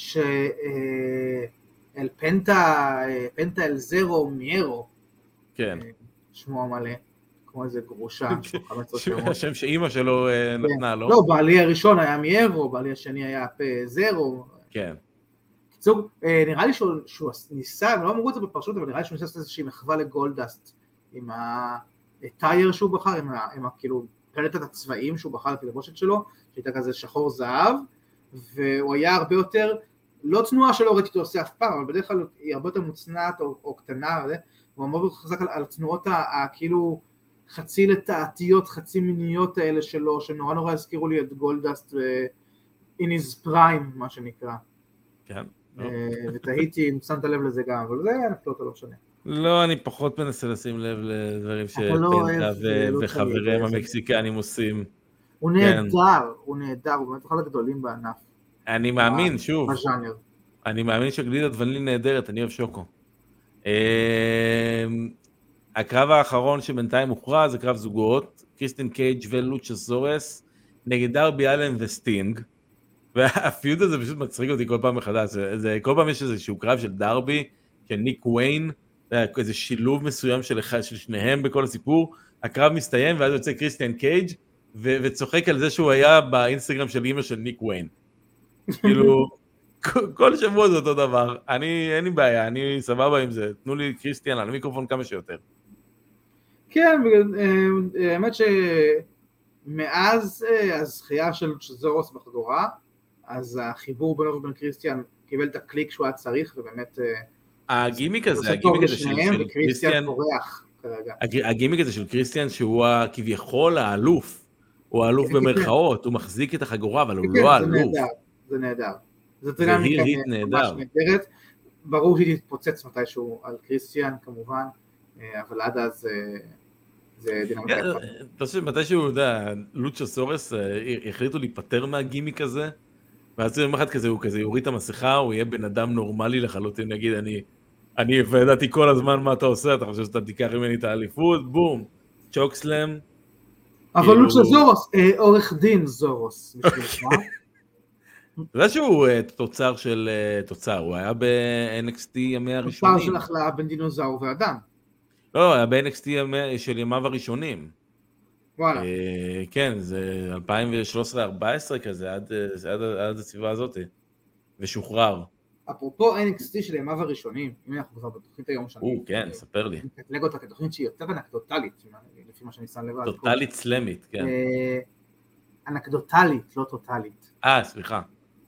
שאל פנטה אל זרו מיירו, כן. שמו המלא, כמו איזה גרושה, השם שאימא שלו נתנה לו. לא, בעלי הראשון היה מיירו, בעלי השני היה זרו. כן. קיצור, נראה לי שהוא ניסה, לא אמרו את זה בפרשות, אבל נראה לי שהוא ניסה איזושהי מחווה לגולדסט, עם הטייר שהוא בחר, עם כאילו פלטת הצבעים שהוא בחר לתלבושת שלו, שהייתה כזה שחור זהב, והוא היה הרבה יותר, לא תנועה שלא ראיתי אותו עושה אף פעם, אבל בדרך כלל היא הרבה יותר מוצנעת או קטנה, הוא מאוד חזק על התנועות כאילו חצי לתעתיות, חצי מיניות האלה שלו, שנורא נורא הזכירו לי את גולדסט in his prime, מה שנקרא. כן. ותהיתי אם שמת לב לזה גם, אבל זה אנקדוטה, לא משנה. לא, אני פחות מנסה לשים לב לדברים שפנטה וחברים המקסיקנים עושים. הוא נהדר, הוא באמת אחד הגדולים בענף. אני מאמין, שוב, בז'אנר. אני מאמין שגלידת ונילין נהדרת, אני אוהב שוקו. הקרב האחרון שבינתיים הוכרע זה קרב זוגות, קריסטין קייג' ולוצ'סורס, נגד דרבי אלן וסטינג, והפיוד הזה פשוט מצחיק אותי כל פעם מחדש, כל פעם יש איזשהו קרב של דרבי, של ניק וויין, איזה שילוב מסוים של שניהם בכל הסיפור, הקרב מסתיים ואז יוצא קריסטיאן קייג' וצוחק על זה שהוא היה באינסטגרם של אמא של ניק וויין. כאילו, כל שבוע זה אותו דבר, אין לי בעיה, אני סבבה עם זה, תנו לי קריסטיאן על המיקרופון כמה שיותר. כן, האמת שמאז הזכייה של זורוס בחגורה, אז החיבור בינו ובין קריסטיאן קיבל את הקליק שהוא היה צריך, ובאמת הגימיק הזה של קריסטיאן, הגימיק הזה של קריסטיאן שהוא כביכול האלוף, הוא האלוף במרכאות, הוא מחזיק את החגורה, אבל הוא לא האלוף. זה נהדר. זה נהדר. ברור שהיא תתפוצץ מתישהו על קריסטיאן כמובן, אבל עד אז זה דינמיקה. אתה חושב מתישהו, לוצ'סורס החליטו להיפטר מהגימיק הזה, ואז יום אחד כזה, הוא כזה יוריד את המסכה, הוא יהיה בן אדם נורמלי לחלוטין, נגיד, אני ידעתי כל הזמן מה אתה עושה, אתה חושב שאתה תיקח ממני את האליפות, בום, צ'וקסלם. אבל לוצ'סורס, עורך דין זורוס, אתה יודע שהוא תוצר של תוצר, הוא היה ב-NXT ימי הראשונים. תוצר של החלאה בין דינוזאור ואדם. לא, היה ב-NXT של ימיו הראשונים. וואלה. כן, זה 2013-2014 כזה, עד הסביבה הזאת, ושוחרר. אפרופו NXT של ימיו הראשונים, אם אנחנו כבר בתוכנית היום שאני... כן, ספר לי. אני מקטלג אותה כתוכנית שהיא יותר אנקדוטלית, לפי מה שאני שם לבד. טוטלית סלמית, כן. אנקדוטלית, לא טוטלית. סליחה.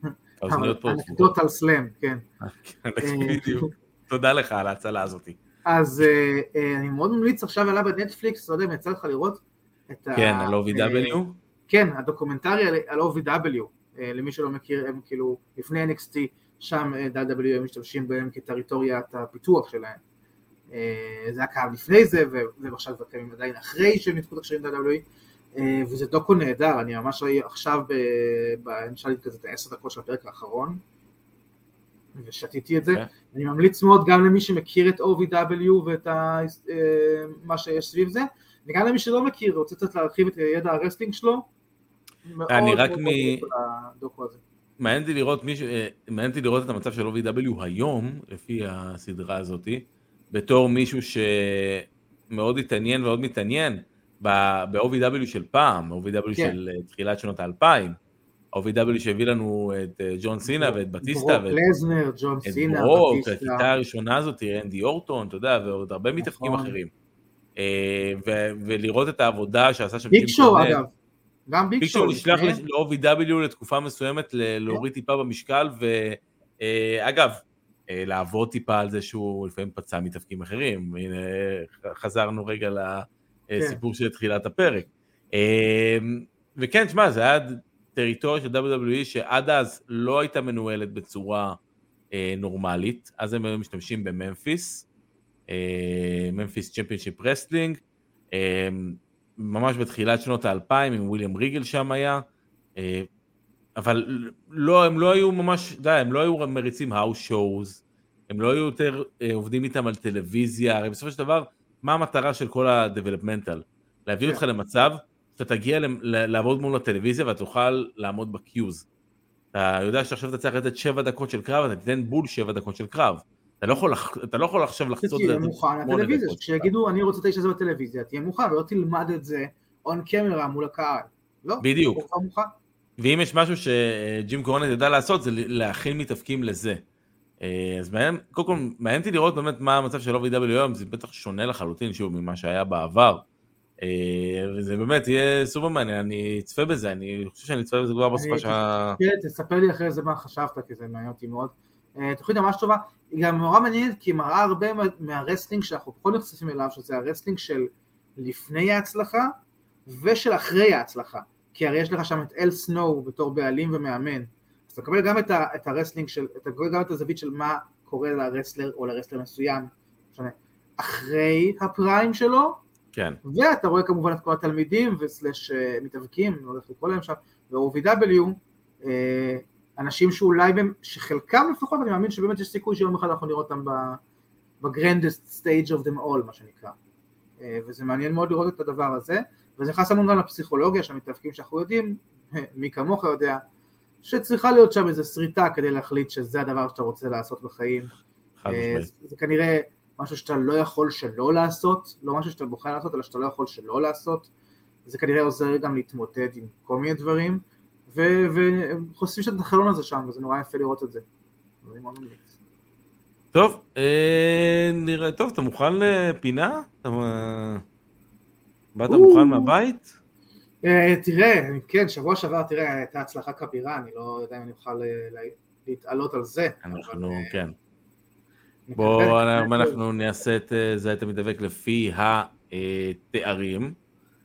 אנקדוטל סלם, כן. בדיוק. תודה לך על ההצלה הזאת. אז אני מאוד ממליץ עכשיו עלה בנטפליקס, לא יודע אם יצא לך לראות את כן, על OVW? כן, הדוקומנטרי על OVW, למי שלא מכיר, הם כאילו לפני NXT, שם WWE הם משתמשים בהם כטריטוריית הפיתוח שלהם. זה היה קהל לפני זה, ועכשיו הם עדיין אחרי שהם ניתקו את הקשרים WWE, וזה דוקו נהדר, אני ממש עכשיו נשאלתי כזה את 10 דקות של הפרק האחרון, ושתיתי את זה. אני ממליץ מאוד גם למי שמכיר את OVW ואת מה שיש סביב זה, וגם למי שלא מכיר, רוצה קצת להרחיב את ידע הרסלינג שלו, אני רק מעניין אותי לראות את המצב של OVW היום, לפי הסדרה הזאת, בתור מישהו שמאוד התעניין ומאוד מתעניין, ב-OVW של פעם, OVW של תחילת שנות ה-2000, OVW שהביא לנו את ג'ון סינה ואת בטיסטה, ברוק לזנר, ג'ון סינה, בטיסטה, הכיתה הראשונה הזאת, רנדי אורטון, אתה יודע, ועוד הרבה מתאפקים אחרים. ולראות את העבודה שעשה שם ביג שואו אגב, גם ביג שואו. ביג שואו נשלח ל-OVW לתקופה מסוימת להוריד טיפה במשקל, ואגב, לעבוד טיפה על זה שהוא לפעמים פצע מתאפקים אחרים, הנה חזרנו רגע לסיפור של תחילת הפרק. וכן, תשמע, זה היה טריטוריה של WWE שעד אז לא הייתה מנוהלת בצורה נורמלית, אז הם משתמשים בממפיס, ממפיס צ'מפיונשיפ רסלינג, ממש בתחילת שנות ה-2000, עם וויליאם ריגל שם היה, אבל לא, הם לא היו ממש, הם לא היו מריצים האוס שואוז, הם לא היו יותר עובדים איתם על טלוויזיה, הרי בסופו של דבר, מה המטרה של כל ה-developmental? להביא אותך למצב שאתה תגיע לעבוד מול הטלוויזיה ואתה תוכל לעמוד בקיוז. אתה יודע שעכשיו אתה צריך לתת 7 דקות של קרב, אתה תיתן בול 7 דקות של קרב. אתה לא יכול עכשיו לחצות... תהיה מוכן לטלוויזיה, כשיגידו אני רוצה 9 בטלוויזיה, תהיה מוכן, ולא תלמד את זה on camera מול הקהל. לא, בדיוק. ואם יש משהו שג'ים קורנט ידע לעשות, זה להכין מתאפקים לזה. אז קודם כל, מעניין אותי לראות באמת מה המצב של OVW היום, זה בטח שונה לחלוטין שוב ממה שהיה בעבר. וזה באמת יהיה סופר מעניין, אני אצפה בזה, אני חושב שאני אצפה בזה כבר בסופה שעה. כן, תספר לי אחרי זה מה חשבת, כי זה מעניין אותי מאוד. תוכנית ממש טובה, היא גם נורא מעניינת, כי היא מראה הרבה מהרסלינג שאנחנו פחות נחשפים אליו, שזה הרסלינג של לפני ההצלחה, ושל אחרי ההצלחה. כי הרי יש לך שם את אל סנואו בתור בעלים ומאמן, אז אתה מקבל גם את הרסלינג אתה מקבל גם את הזווית של מה קורה לרסלר או לרסלר מסוים, אחרי הפריים שלו, כן. ואתה רואה כמובן את כל התלמידים וסלש מתאבקים, לא הולך לקרוא להם שם, ו-OVW, אנשים שאולי, שחלקם לפחות, אני מאמין שבאמת יש סיכוי שיום אחד אנחנו נראה אותם ב-grandest stage of them all, מה שנקרא. וזה מעניין מאוד לראות את הדבר הזה, וזה נכנס המון גם לפסיכולוגיה של המתאבקים שאנחנו יודעים, מי כמוך יודע, שצריכה להיות שם איזו שריטה כדי להחליט שזה הדבר שאתה רוצה לעשות בחיים. זה כנראה משהו שאתה לא יכול שלא לעשות, לא משהו שאתה בוחר לעשות, אלא שאתה לא יכול שלא לעשות. זה כנראה עוזר גם להתמודד עם כל מיני דברים, וחושבים שאת החלון הזה שם, וזה נורא יפה לראות את זה. טוב, נראה, טוב, אתה מוכן לפינה? באת מוכן מהבית? תראה, כן, שבוע שעבר, תראה, הייתה הצלחה כבירה, אני לא יודע אם אני אוכל להתעלות על זה. אנחנו, כן. בואו, אנחנו נעשה את זה, אתה מתדבק לפי התארים.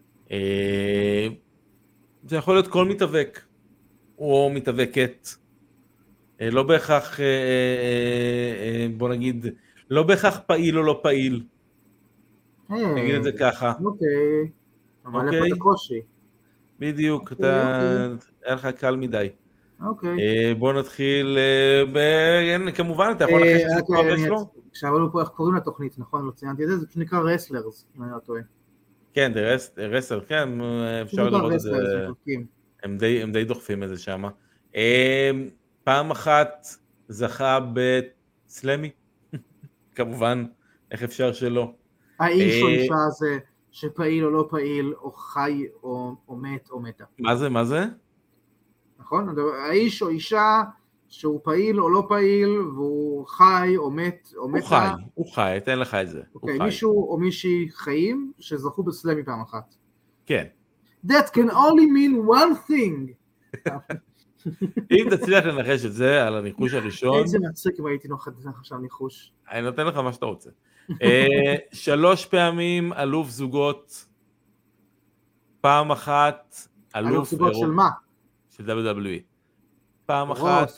זה יכול להיות כל מתאבק, או מתאבקת. לא בהכרח, בוא נגיד, לא בהכרח פעיל או לא פעיל. נגיד את זה ככה. אוקיי. אבל איפה את הקושי? בדיוק, היה לך קל מדי. אוקיי. בוא נתחיל, כמובן, אתה יכול לחש את כבר יש לו? שאלנו פה איך קוראים לתוכנית, נכון? לא ציינתי את זה, זה פשוט נקרא רסלרס, אם אני לא טועה. כן, רסלר, כן, אפשר לראות את זה, הם די דוחפים את זה שם. פעם אחת זכה בסלמי, כמובן, איך אפשר שלא. האיש או אישה הזה שפעיל או לא פעיל, או חי או מת או מתה. מה זה? נכון? האיש או אישה שהוא פעיל או לא פעיל, והוא חי או מת או מתה. הוא חי, אתן לך את זה. אוקיי, מישהו או מישהי חיים שזכו בסלמי פעם אחת. כן. That can only mean one thing. אם תצליח לנחש את זה על הניחוש הראשון. איזה מצחיק אם הייתי נוחת עכשיו ניחוש. אני נותן לך מה שאתה רוצה. 3 פעמים אלוף זוגות, פעם אחת אלוף זוגות של מה? של WWE. פעם אחת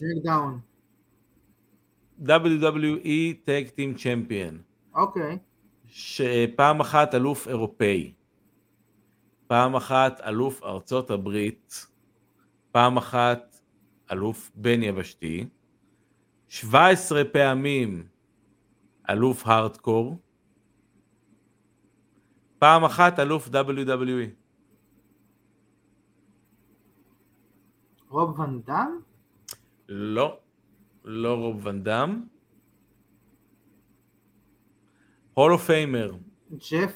WWE Tag Team Champion. אוקיי. פעם אחת אלוף אירופאי. פעם אחת אלוף ארצות הברית. פעם אחת אלוף בין יבשתי. 17 פעמים אלוף הארדקור. פעם אחת אלוף WWE. רוב ון דאם? לא רוב ון דאם. הול אוף פיימר. ג'ף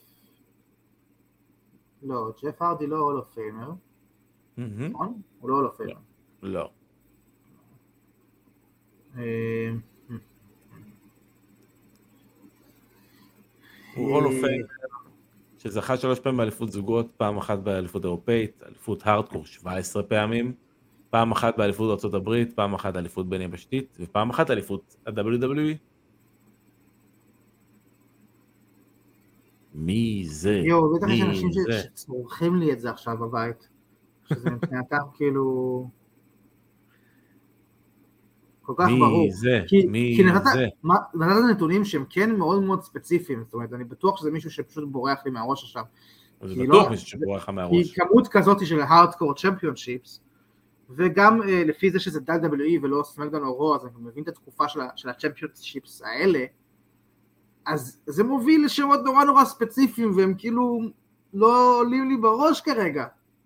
הרדי לא הול אוף פיימר. נכון? הוא לא הול אוף פיימר. לא. הוא הול אוף פיימר שזכה 3 פעמים באליפות זוגות, פעם אחת באליפות אירופאית, אליפות הארדקור 17 פעמים, פעם אחת באליפות ארצות הברית, פעם אחת באליפות בין יבשתית, ופעם אחת באליפות ה-WWE. מי זה? בטח יש אנשים שצורכים לי את זה עכשיו בבית, שזה מבחינתם כאילו כל כך ברור. מי זה? כי נתת נתונים שהם כן מאוד מאוד ספציפיים, זאת אומרת, אני בטוח שזה מישהו שפשוט בורח לי מהראש עכשיו. זה בטוח מישהו שבורח לך מהראש. כי כמות כזאת של ה-Hardcore Championships, וגם לפי זה שזה WWE ולא סמקדאון או רו, אז אני מבין את התקופה של ה-Championships האלה, אז זה מוביל לשמות נורא נורא ספציפיים, והם כאילו לא עולים לי בראש כרגע.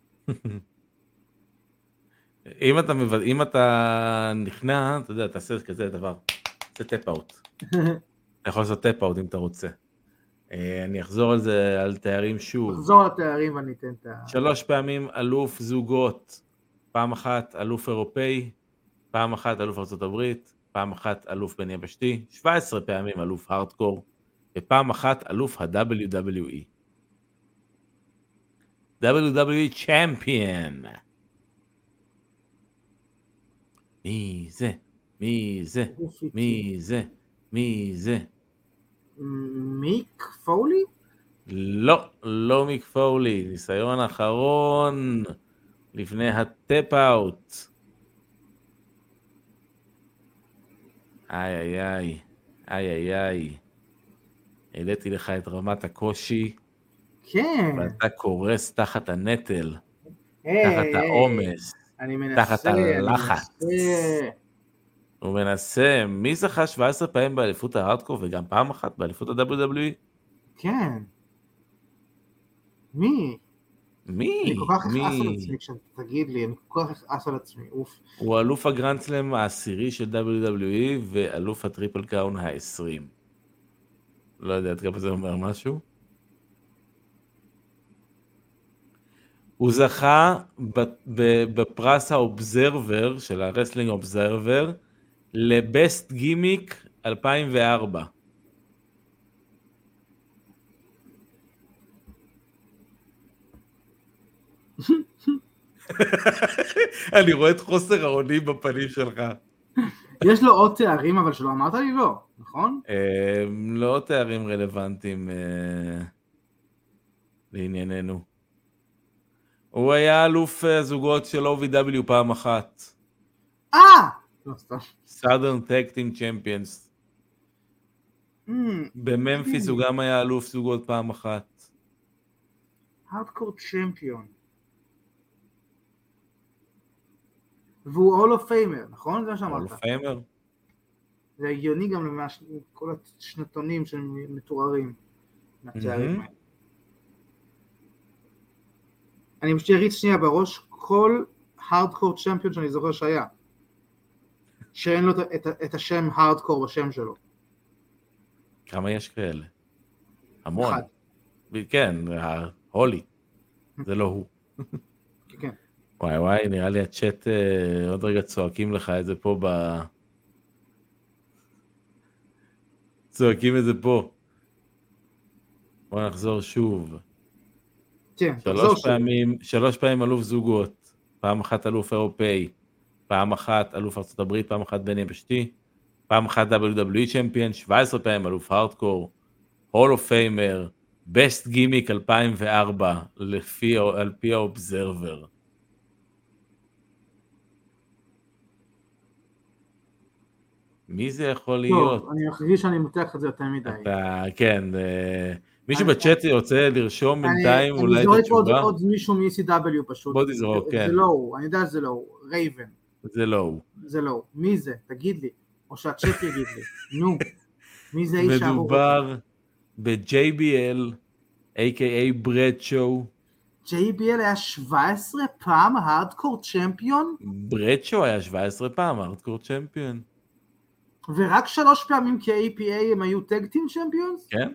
אם אתה נכנע, אתה יודע, תעשה כזה דבר, זה טאפ-אוט. אתה יכול לעשות טאפ-אוט אם אתה רוצה. אני אחזור על זה, על תארים שוב. אחזור על תארים ואני אתן את 3 פעמים אלוף זוגות, פעם אחת אלוף אירופאי, פעם אחת אלוף ארצות הברית, פעם אחת אלוף בין יבשתי, 17 פעמים אלוף הארדקור, ופעם אחת אלוף ה-WWE. WWE Champion. מי זה? מי זה? מי זה? מי זה? מיק פולי? לא, לא מיק פולי. ניסיון אחרון לפני הטאפ-אוט. איי איי איי. איי איי איי. העליתי לך את רמת הקושי. כן. ואתה קורס תחת הנטל. תחת העומס. אני מנסה. תחת הלחץ. הוא מנסה. מי זכה 17 פעמים באליפות ההארדקור וגם פעם אחת באליפות ה-WWE? כן. מי? מי? אני כל כך אכעס על עצמי כשתגיד לי, אני כל כך אכעס על עצמי, אוף. הוא אלוף הגרנדסלאם העשירי של WWE ואלוף הטריפל קראון ה-20. לא יודע, עד כמה זה אומר משהו? הוא זכה בפרס האובזרבר של הרסלינג אובזרבר לבסט גימיק 2004. אני רואה את חוסר האונים בפנים שלך. יש לו עוד תארים, אבל שלא אמרת לי לא, נכון? לא תארים רלוונטיים לענייננו. הוא היה אלוף זוגות של OVW פעם אחת. לא סתם. Southern Tag Team Champions. בממפיס הוא גם היה אלוף זוגות פעם אחת. הארדקור צ'מפיון. והוא הול אוף פיימר, נכון? זה מה שאמרת. הול אוף פיימר. זה הגיוני גם לכל השנתונים שהם מתוארים מהתארים. אני פשוט אריץ שנייה בראש כל הארדקור צ'מפיון שאני זוכר שהיה. שאין לו את השם הארדקור בשם שלו. כמה יש כאלה? המון. אחד. כן, הולי. זה לא הוא. כן. וואי וואי, נראה לי הצ'אט עוד רגע צועקים לך את זה פה צועקים את זה פה. בוא נחזור שוב. כן, תחזור שוב. 3 פעמים אלוף זוגות, פעם אחת אלוף אירופאי, פעם אחת אלוף ארצות הברית, פעם אחת בין יבשתי, פעם אחת WWE צ'מפיון, 17 פעמים אלוף הארדקור, הול אוף פיימר, בסט גימיק 2004, על פי האובזרבר. מי זה יכול להיות? טוב, אני מרגיש שאני מותח את זה יותר מדי. כן, מישהו בצ'אט רוצה לרשום בינתיים אולי את התשובה? אני זורק עוד מישהו מ-ECW פשוט. בוא תזרוק, כן. זה לא הוא, אני יודע שזה לא הוא, רייבן. זה לא הוא. זה לא הוא. מי זה? תגיד לי. או שהצ'אט יגיד לי. נו. מי זה האיש הארוך? מדובר ב-JBL, a.k.a. ברדשו. JBL היה 17 פעם הארדקור צ'מפיון? ברדשו היה 17 פעם הארדקור צ'מפיון. ורק 3 פעמים כ-APA הם היו טג טים צ'מפיונס? כן.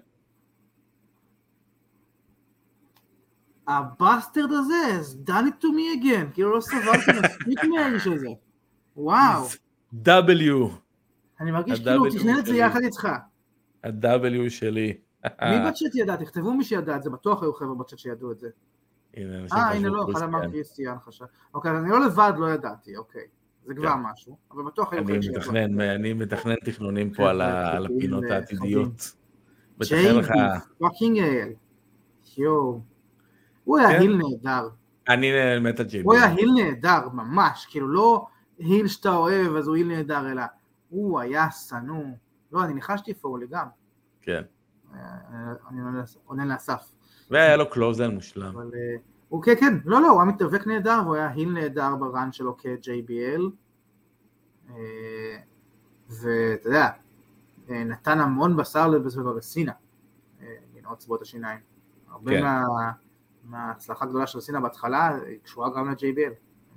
הבאסטרד הזה, has done it to me again, כאילו לא סבלתי מספיק מהאיש הזה. וואו. W. אני מרגיש כאילו תכנן את זה יחד איתך. ה-W שלי. מי בצ'אט ידע? תכתבו מי שידע את זה, בטוח היו חבר'ה בצ'אט שידעו את זה. הנה לא, אחד אמר קריסטיאן חשב. אוקיי, אני לא לבד לא ידעתי, אוקיי. זה כבר משהו, אבל בטוח היו חבר'ה שידעו. אני מתכנן תכנונים פה על הפינות העתידיות. JB, פאקינג אל. יואו. הוא היה היל נהדר. אני מת את JB. הוא היה היל נהדר, ממש, כאילו לא היל שאתה אוהב, אז הוא היל נהדר, אלא הוא היה סנוע. לא, אני ניחשתי פולי גם. כן. אני עונה לאסף. והיה לו קלוזל מושלם. הוא כן, לא, הוא היה מתאבק נהדר, והוא היה היל נהדר ברן שלו כ-JBL. ואתה יודע, נתן המון בשר לסינה, לנעות צבועות השיניים. הרבה מההצלחה הגדולה של סינה בהתחלה, היא קשורה גם ל-JBL.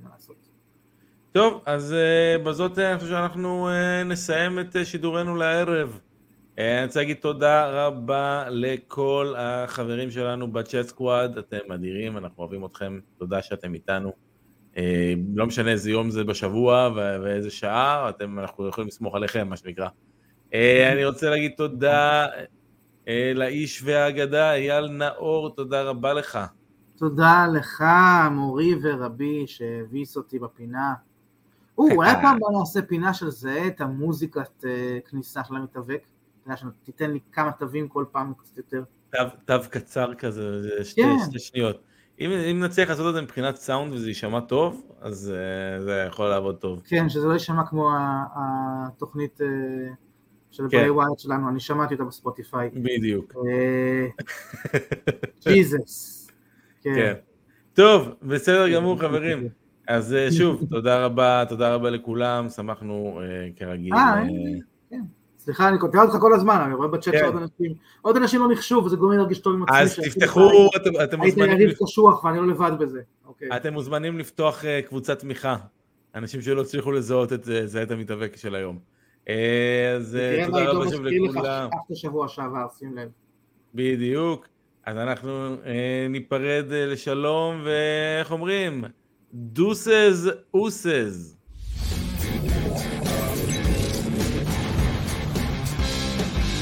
טוב, אז בזאת אני חושב שאנחנו נסיים את שידורנו לערב. אני רוצה להגיד תודה רבה לכל החברים שלנו בצ'אט סקוואד, אתם אדירים, אנחנו אוהבים אתכם, תודה שאתם איתנו. לא משנה איזה יום זה בשבוע ואיזה שעה, אנחנו יכולים לסמוך עליכם, מה שנקרא. אני רוצה להגיד תודה לאיש והאגדה, אייל נאור, תודה רבה לך. תודה לך, מורי ורבי, שהביס אותי בפינה. אולי פעם נעשה פינה של זה, את המוזיקת כניסה של המתאבק. תיתן לי כמה תווים כל פעם קצת יותר. תו קצר כזה, שתי שניות. אם נצליח לעשות את זה מבחינת סאונד וזה יישמע טוב, אז זה יכול לעבוד טוב. כן, שזה לא יישמע כמו התוכנית של ברי ווייט שלנו, אני שמעתי אותה בספוטיפיי. בדיוק. ג'יזוס. כן. טוב, בסדר גמור חברים. אז שוב, תודה רבה לכולם, שמחנו כרגיל. כן. סליחה, אני קוטע אותך כל הזמן, אני רואה בצ'אט שעוד אנשים לא נחשוב, וזה גורם להרגיש טוב עם עצמי. אז תפתחו, אתם מוזמנים... הייתי יריב קשוח ואני לא לבד בזה. אתם מוזמנים לפתוח קבוצת תמיכה, אנשים שלא הצליחו לזהות את המתאבק של היום. אז תודה רבה שוב לכולם. תראה מה איתו שבוע שעבר, שים לב. בדיוק. אז אנחנו ניפרד לשלום, ואיך אומרים? דוסז אוסז.